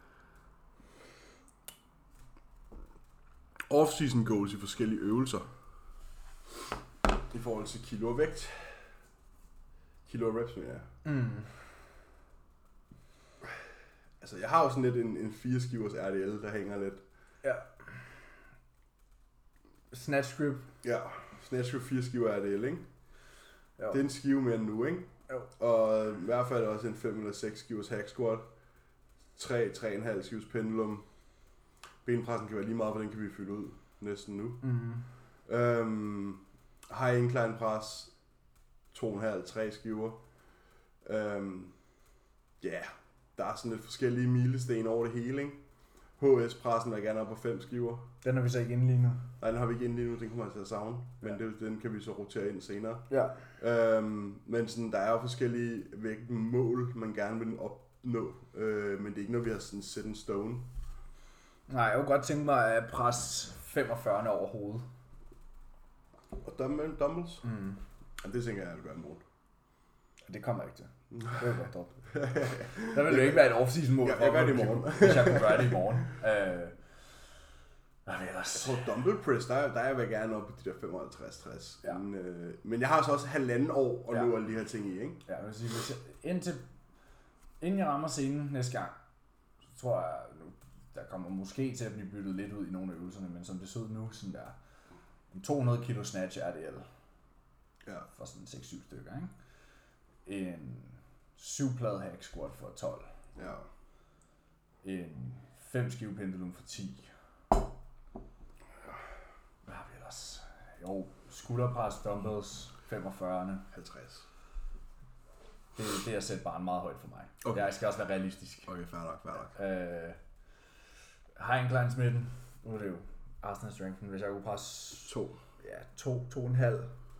Off-season goals i forskellige øvelser. I forhold til kilo og vægt. Kilo og reps, mener jeg. Mm. Altså, jeg har jo sådan lidt en, en fire skivers R D L, der hænger lidt. Ja. Snatch grip. Ja, snatch grip fire skiver R D L, ikke? Jo. Det er en skive mere end nu, ikke? Jo. Og i hvert fald også en fem eller seks skivers hack squat. tre til tre komma fem skivers pendulum. Benpressen kan være lige meget, for den kan vi fylde ud næsten nu. Mm. Øhm, high incline pres. to komma fem til tre skiver. Øhm, ja, yeah. Der er sådan lidt forskellige milesten over det hele, ikke? H S-pressen er gerne op på fem skiver. Den har vi så ikke inde lige nu. Nej, den har vi ikke inde lige nu, den kommer jeg til at savne. Men Ja. det, den kan vi så rotere ind senere. Ja. Øhm, men sådan, der er jo forskellige vægtmål, man gerne vil opnå. Øh, men det er ikke noget, vi har sådan set en stone. Nej, jeg kunne godt tænke mig at presse femogfyrre over hovedet. Og dumbbell, dumbbells? Mm. Og det tænker jeg, jeg vil gøre i morgen. Det kommer jeg ikke til. Det vil jeg godt droppe. Der vil jo ikke være et off-season mål. Jeg, jeg gør det i morgen. Hvis jeg kunne gøre det i morgen. Øh, hvad vil jeg Jeg ellers? tror, dumbbell press, der, der er jeg vil gerne op på de der femoghalvtreds til tres. Ja. Men, øh, men jeg har så også halvanden år og Ja. nu alle de her ting i, ikke? Ja, jeg vil sige, hvis jeg, indtil, inden jeg rammer scenen næste gang, så tror jeg, nu, der kommer måske til at blive byttet lidt ud i nogle af øvelserne, men som det ser ud nu, sådan der, en to hundrede kilo snatch R D L Ja. for sådan seks syv stykker, ikke? En syv-plade hack squat for tolv. Ja. En fem skive pendulum for ti. Hvad har vi ellers? Jo, skulderpres, dumbbells, femogfyrre. halvtreds. Det, det er at sætte barn meget højt for mig. Okay. Jeg skal også være realistisk. Okay, fair nok, fair nok. Øh, high incline smitten. Nu er det jo Arsenal strengthen. Hvis jeg kunne presse To. ja, to, to og en halv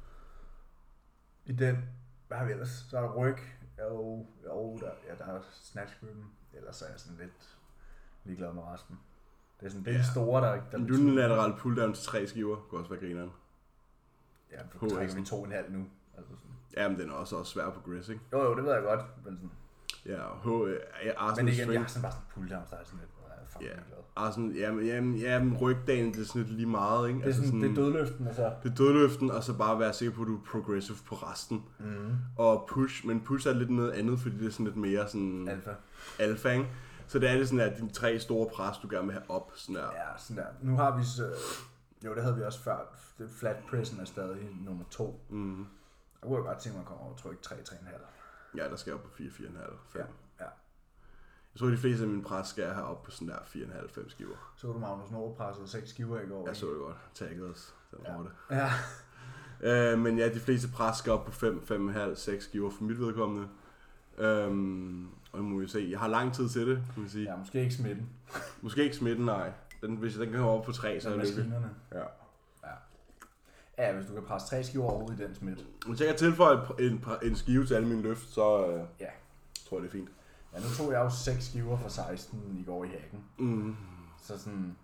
i den. Hvad har vi ellers? Så er der ryg. Jo, jo der, ja, der er snatch grippen. Ellers er jeg sådan lidt ligeglad med resten. Det er sådan, det er Ja. de store, der, der En unilateral pull-down til tre skiver, kunne også være grineren. Ja, for H S. trækker vi to og en halv nu. Altså sådan. Jamen, den er også, også svær på Gris, ikke? Jo, jo, det ved jeg godt. Men, sådan. Ja, og H, øh, ja, Arsenal men igen, jeg strength. har sådan bare sådan pull down, der er sådan lidt, jeg er fucking Ja, glad. Arsenal, jamen, jamen, jamen, rygdagen, det er sådan lidt lige meget, ikke? Det er sådan, sådan, det er dødløften, altså. Det er dødløften, og så bare være sikker på, at du er progressive på resten. Mm. Og push, men push er lidt noget andet, fordi det er sådan lidt mere sådan Alfa. alfa, ikke? Så det er det sådan, at de tre store pres, du gerne vil have op, sådan der. Ja, sådan der. Nu har vi så... Jo, det havde vi også før. Det flat pressen er stadig nummer to. Mm. Jeg kunne godt tænke mig at komme over og trykke tre, tre komma fem. Ja, der skal jeg op på fire, fire komma fem, fem. Ja, ja. Jeg tror, de fleste af mine pres skal jeg have op på sådan der fire komma fem, fem skiver. Så du Magnus Nord presset seks skiver i går. Jeg så det godt. Tagget os. Den Ja. rotte. Ja. Øh, men ja, de fleste pres skal op på fem, fem komma fem, seks skiver for mit vedkommende. Øhm, og nu må vi se. Jeg har lang tid til det, kan man sige. Ja, måske ikke smitten. Måske ikke smitten, nej. Den, hvis den kan komme op på tre, så er Så det lykkelig. maskinerne. Ja. Ja, hvis du kan presse tre skiver over i den smidt. Hvis jeg kan tilføje en, en skive til alle mine løft, så øh, Ja. tror jeg, det er fint. Ja, nu tog jeg jo seks skiver fra seksten i går i hacken. Mm. Så sådan...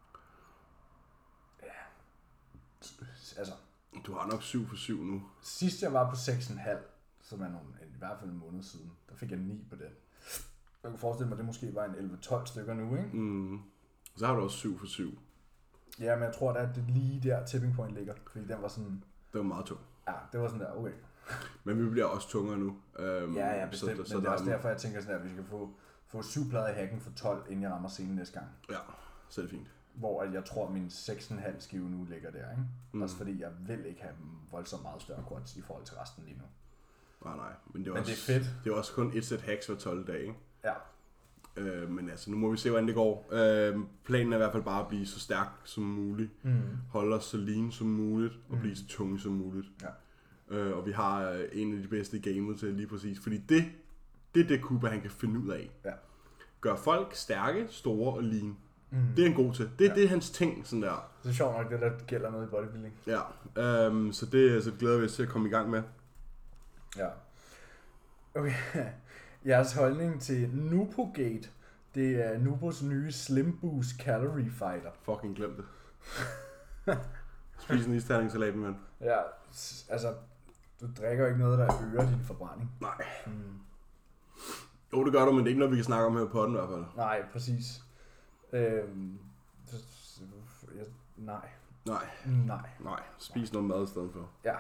Ja. Altså, Du har nok syv for syv nu. sidst jeg var på seks komma fem, som er nogle, i hvert fald en måned siden, der fik jeg ni på den. Jeg kunne forestille mig, at det måske var en elleve tolv stykker nu, ikke? Mm. Så har du også syv for syv. Ja, men jeg tror, at det lige der tipping point ligger, fordi den var sådan... Det var meget tungt. Ja, det var sådan der, okay. Men vi bliver også tungere nu. Øhm, Ja, ja, bestemt, så, så, så men det er der også derfor, jeg tænker sådan, at vi skal få, få syv plader i hacken for tolv, inden jeg rammer scenen næste gang. Ja, så er det fint. Hvor at jeg tror, at min seks komma fem skive nu ligger der, ikke? Mm. Mm. Også fordi jeg vil ikke have voldsomt meget større quads i forhold til resten lige nu. Nej, nej. Men det er, Men også, det er fedt. Det er også kun et sæt hacks for tolv dage, ikke? Ja. Øh, men altså, nu må vi se, hvordan det går. Øh, planen er i hvert fald bare at blive så stærk som muligt. Mm. Holde os så lean som muligt, og Mm. blive så tunge som muligt. Ja. Øh, og vi har øh, en af de bedste i gamet til lige præcis. Fordi det, det er det, Kuba han kan finde ud af. Ja. Gør folk stærke, store og lean. Mm. Det er en god til. Det, Ja. det er hans ting, sådan der. Det er sjovt nok, det der gælder noget i bodybuilding. Ja, øhm, så, det, så det glæder vi os til at komme i gang med. Ja. Okay. Jeres holdning til Nupogate, det er Nubos nye Slim Boost Calorie Fighter. Fucking glem det. Spis en isterningssalat, mand. Ja, s- altså, du drikker jo ikke noget, der øger din forbrænding. Nej. Mm. Jo, det gør du, men det er ikke noget, vi kan snakke om her på den i hvert fald. Nej, præcis. Øhm, så, så, jeg, nej. Nej. Nej. Nej. Spis noget mad i stedet for. Ja.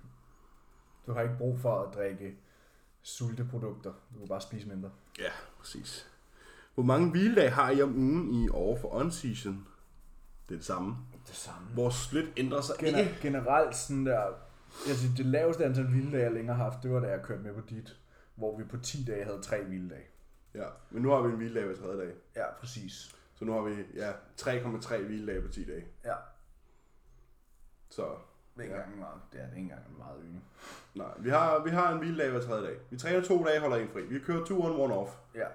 Du har ikke brug for at drikke sulteprodukter. Du kan bare spise mindre. Ja, præcis. Hvor mange hviledage har I om ugen i år for on-season? Det er det samme. Det samme. Vores split ændrer sig Gener- ikke. generelt sådan der, jeg synes, det laveste antal hviledage, jeg længere har haft, det var da jeg kørte med på dit, hvor vi på ti dage havde tre hviledage. Ja, men nu har vi en hviledag hver tredje dag. Ja, præcis. Så nu har vi ja, tre komma tre hviledage på ti dage. Ja. Så Det er ikke engang meget, det er det ikke engang meget øgende. nej, vi har, vi har en hviledag hver tredje dag. Vi træner to dage, holder en fri. Vi kører two on, one off. Ja,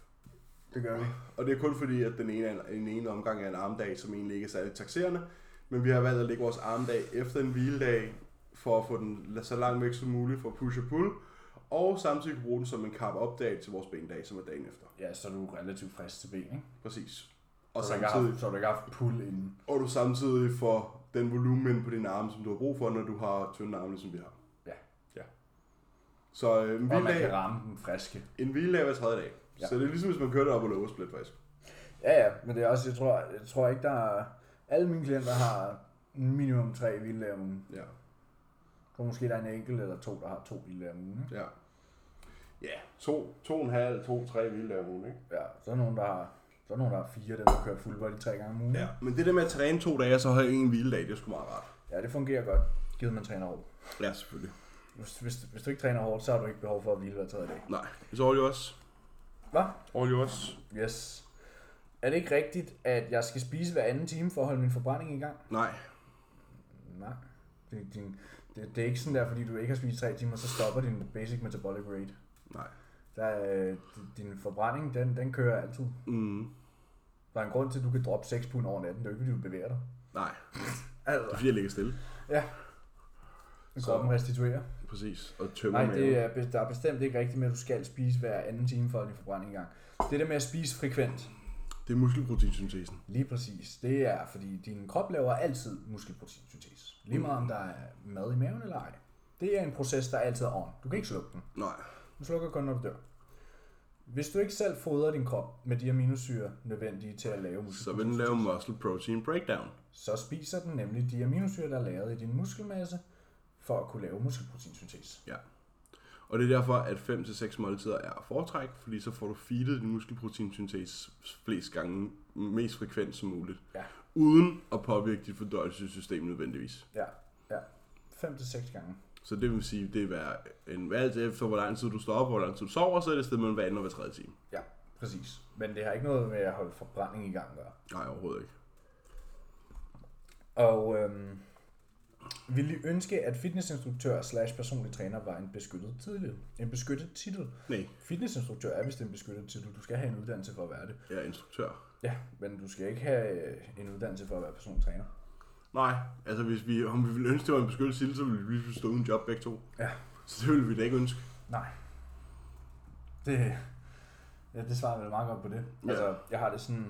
det gør vi. Og det er kun fordi, at den ene, er en, den ene omgang er en armdag, som egentlig ikke er særlig taxerende. Men vi har valgt at lægge vores armdag efter en hviledag, for at få den så langt væk som muligt for push og pull. Og samtidig kunne bruge den som en carb-up-dag til vores bendag, som er dagen efter. Ja, så er du relativt frisk til ben, ikke? Præcis. Og så, samtidig, har, så har du ikke haft pull inden. Og du samtidig får den volumen på dine arme, som du har brug for, når du har tynde arme, som vi har. Ja. Ja. Så øh, en og man hviledag, kan ramme den friske. en hviledag hver tredje dag. Ja. Så det er ligesom, hvis man kører det op og lower split, faktisk. Ja, ja, men det er også, jeg tror, jeg tror ikke, der er, alle mine klienter har minimum tre hviledage om ugen. Ja. Så måske der er en enkelt eller to, der har to hviledage om ugen. Ikke? Ja. Ja, to, to og en halv, to, tre hviledage om ugen, ikke? Ja, så er der nogen, der har, så er der nogen, der har fire, dem der kører full body tre gange om ugen. Ja, men det der med at træne to dage, og så have en hviledag, det er sgu meget rart. Ja, det fungerer godt, givet man træner hårdt. Ja, selvfølgelig. Hvis, hvis, hvis du ikke træner hårdt, så har du ikke behov for at hvile hver tredje dag. Nej, så all også. Hvad? All også. Yes. Er det ikke rigtigt, at jeg skal spise hver anden time for at holde min forbrænding i gang? Nej. Nej. Det, din, det, det er ikke sådan der, fordi du ikke har spist tre timer, så stopper din basic metabolic rate. Nej. Der er, din forbrænding, den, den kører altid. Mm. Der er en grund til, at du kan droppe seks pund over natten. Det er jo ikke, fordi du bevæger dig. Nej. Altså. Det er fordi, jeg ligger stille. Ja. Kroppen restituerer. Præcis. Og tømmer Nej, maven. det er, der er bestemt ikke rigtigt med, at du skal spise hver anden time for at holde din forbrænding i gang. Det der med at spise frekvent. Det er muskelproteinsyntesen. Lige præcis. Det er, fordi din krop laver altid muskelproteinsyntese. Lige meget om der er mad i maven eller ej. Det er en proces, der altid er on. Du kan ikke slukke den. Nej. Du slukker kun, når du dør. Hvis du ikke selv fodrer din krop med de aminosyre nødvendige til at lave muskelproteinsyntese, Så vil den lave muscle protein breakdown. så spiser den nemlig de aminosyre, der er lavet i din muskelmasse, for at kunne lave muskelproteinsyntese. Ja. Og det er derfor, at fem til seks måltider er at foretrække, fordi så får du feedet din muskelproteinsyntese flest gange, mest frekvent som muligt. Ja. Uden at påvirke dit fordøjelsessystem nødvendigvis. Ja, ja. fem til seks gange. Så det vil sige, det er en alt efter, hvor lang tid du står op, hvor lang tid du sover, så er det sted mellem hver anden og hver tredje time. Ja, præcis. Men det har ikke noget med at holde forbrænding i gang at gøre. Nej, overhovedet ikke. Og øhm, ville I ønske, at fitnessinstruktør slash personlig træner var en beskyttet titel? En beskyttet titel? Nej. Fitnessinstruktør er vist en beskyttet titel. Du skal have en uddannelse for at være det. Jeg er instruktør. Ja, men du skal ikke have en uddannelse for at være personlig træner. Nej, altså hvis vi, om vi ville ønske, det var en beskyttet titel, så ville vi lige stå uden job begge to. Ja. Så det ville vi da ikke ønske. Nej. Det, ja, det svarer vel meget godt på det. Ja. Altså, jeg har det sådan...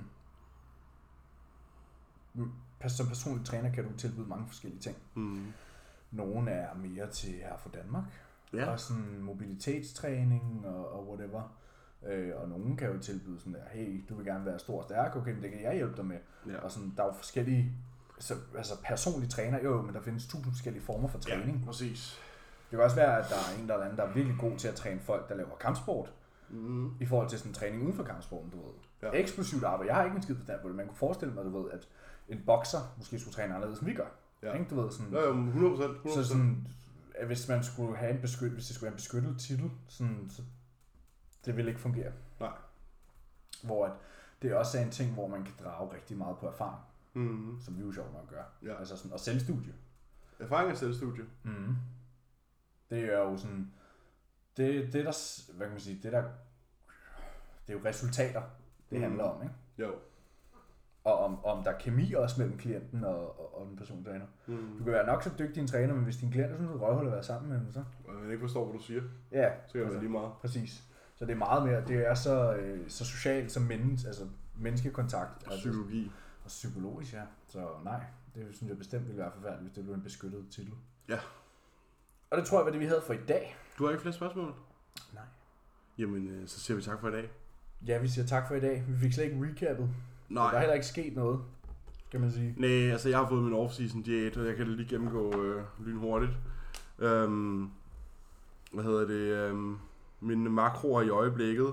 Som personlig træner kan du tilbyde mange forskellige ting. Mm. Nogle er mere til her for Danmark. Ja. Og sådan mobilitetstræning og, og whatever. Øh, og nogen kan jo tilbyde sådan der, hey, du vil gerne være stor og stærk, okay, men det kan jeg hjælpe dig med. Ja. Og sådan, der er jo forskellige, så, altså personlig træner, jo, men der findes tusind forskellige former for træning. Ja, præcis. Det kan også være, at der er en eller anden, der er virkelig god til at træne folk, der laver kampsport. Mm. I forhold til sådan træning uden for kampsporten, du ved. Ja. Eksplosivt arbejde. Jeg har ikke en skid forstand på det. Man kunne forestille mig, du ved, at en bokser måske skulle træne anderledes, end vi gør. Ja. Ikke? Du ved, sådan, Ja, jo, hundrede procent. så sådan, at hvis man skulle have en beskyttet, hvis det skulle have en beskyttet titel, sådan, så det ville ikke fungere. Nej. Hvor at det også er en ting, hvor man kan drage rigtig meget på erfaring, Mm. som vi jo sjovt nok gør. Ja. Altså sådan, og selvstudie. Erfaring er selvstudie. Mm. Det er jo sådan, det, det der, hvad kan man sige, det der, det er jo resultater, det Mm. handler om, ikke? Jo. Og om, om der er kemi også mellem klienten og, og, og den persontræner. Mm. Du kan være nok så dygtig en træner, men hvis din klient er sådan et røvhul at være sammen med, så... Og jeg ikke forstår, hvad du siger, Ja, så kan det være lige meget. præcis. Så det er meget mere, det er så, øh, så socialt som menneske, altså menneskekontakt. Altså, Psykologi. Og psykologisk, ja. Så nej, det synes jeg bestemt ville være forfærdeligt, hvis det blev en beskyttet titel. Ja. Og det tror jeg var det, vi havde for i dag. Du har ikke flere spørgsmål? Nej. Jamen, øh, så siger vi tak for i dag. Ja, vi siger tak for i dag. Vi fik slet ikke recappet. Nej. Der er heller ikke sket noget, kan man sige. Nej, altså jeg har fået min off-season diæt, og jeg kan lige gennemgå øh, lynhurtigt. Øhm, hvad hedder det? Øhm, mine makroer i øjeblikket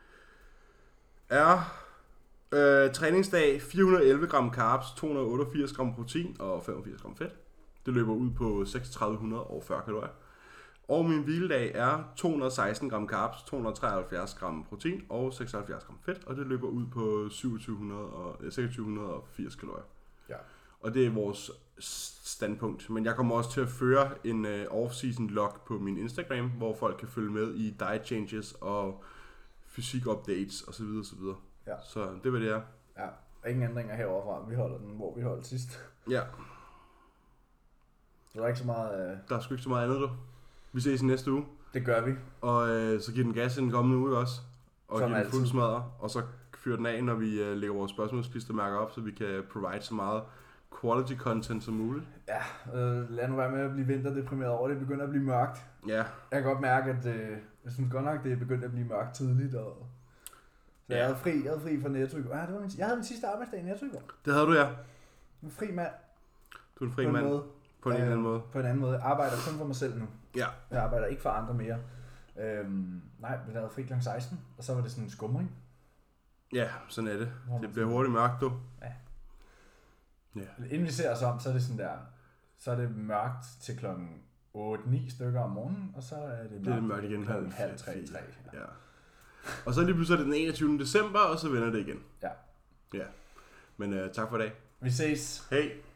er øh, træningsdag fire hundrede og elleve gram carbs, to hundrede og otteogfirs gram protein og femogfirs gram fedt. Det løber ud på seks tusind tre hundrede og fyrre kalorier. Og min hviledag er to hundrede og seksten gram carbs, to hundrede og treoghalvfjerds gram protein og seksoghalvfjerds gram fedt, og det løber ud på syv tusind syv hundrede og seks tusind syv hundrede og firs kalorier. Ja. Og det er vores standpunkt. Men jeg kommer også til at føre en uh, off-season log på min Instagram, hvor folk kan følge med i diet changes og fysik updates osv. osv. Ja. Så det var det her. Ja, ingen ændringer heroverfra. Vi holder den, hvor vi holdt sidst. Ja. Så der er ikke så meget... Uh... Der er sgu ikke så meget andet, du. Vi ses i næste uge. Det gør vi. Og uh, så giver den gas i den kommende uge også. Og Som giver den fuld altid. smadre. Og så fyrer den af, når vi uh, lægger vores spørgsmålsklistermærker op, så vi kan provide så meget quality content som muligt. Ja, øh, lad nu være med at blive vinterdeprimeret over. Det begynder at blive mørkt. Ja. Jeg kan godt mærke, at øh, jeg synes godt nok, det er begyndt at blive mørkt tidligt. Og... Så Ja. jeg havde fri, jeg havde fri fra Netto i går. Ja, det var min, jeg havde min sidste arbejdsdag i Netto i går. Det havde du, ja. En fri mand. Du er en fri på mand. En måde. På en øh, eller anden måde. På en anden måde. Jeg arbejder kun for mig selv nu. Ja. Jeg arbejder ikke for andre mere. Øhm, nej, vi lavede fri klokken seksten, og så var det sådan en skumring. Ja, sådan er det. Hvor man Det bliver sådan- hurtigt mørkt, du. Ja. Ja. Inden vi ser os om, så er det sådan der, så er det mørkt til klokken otte ni stykker om morgenen, og så er det mørkt, Det er det mørkt igen klokken halv halv tre, fire. tre. Ja. Ja. Og så lige pludselig er det den enogtyvende december, og så vender det igen. Ja. Ja. Men uh, tak for i dag. Vi ses. Hej.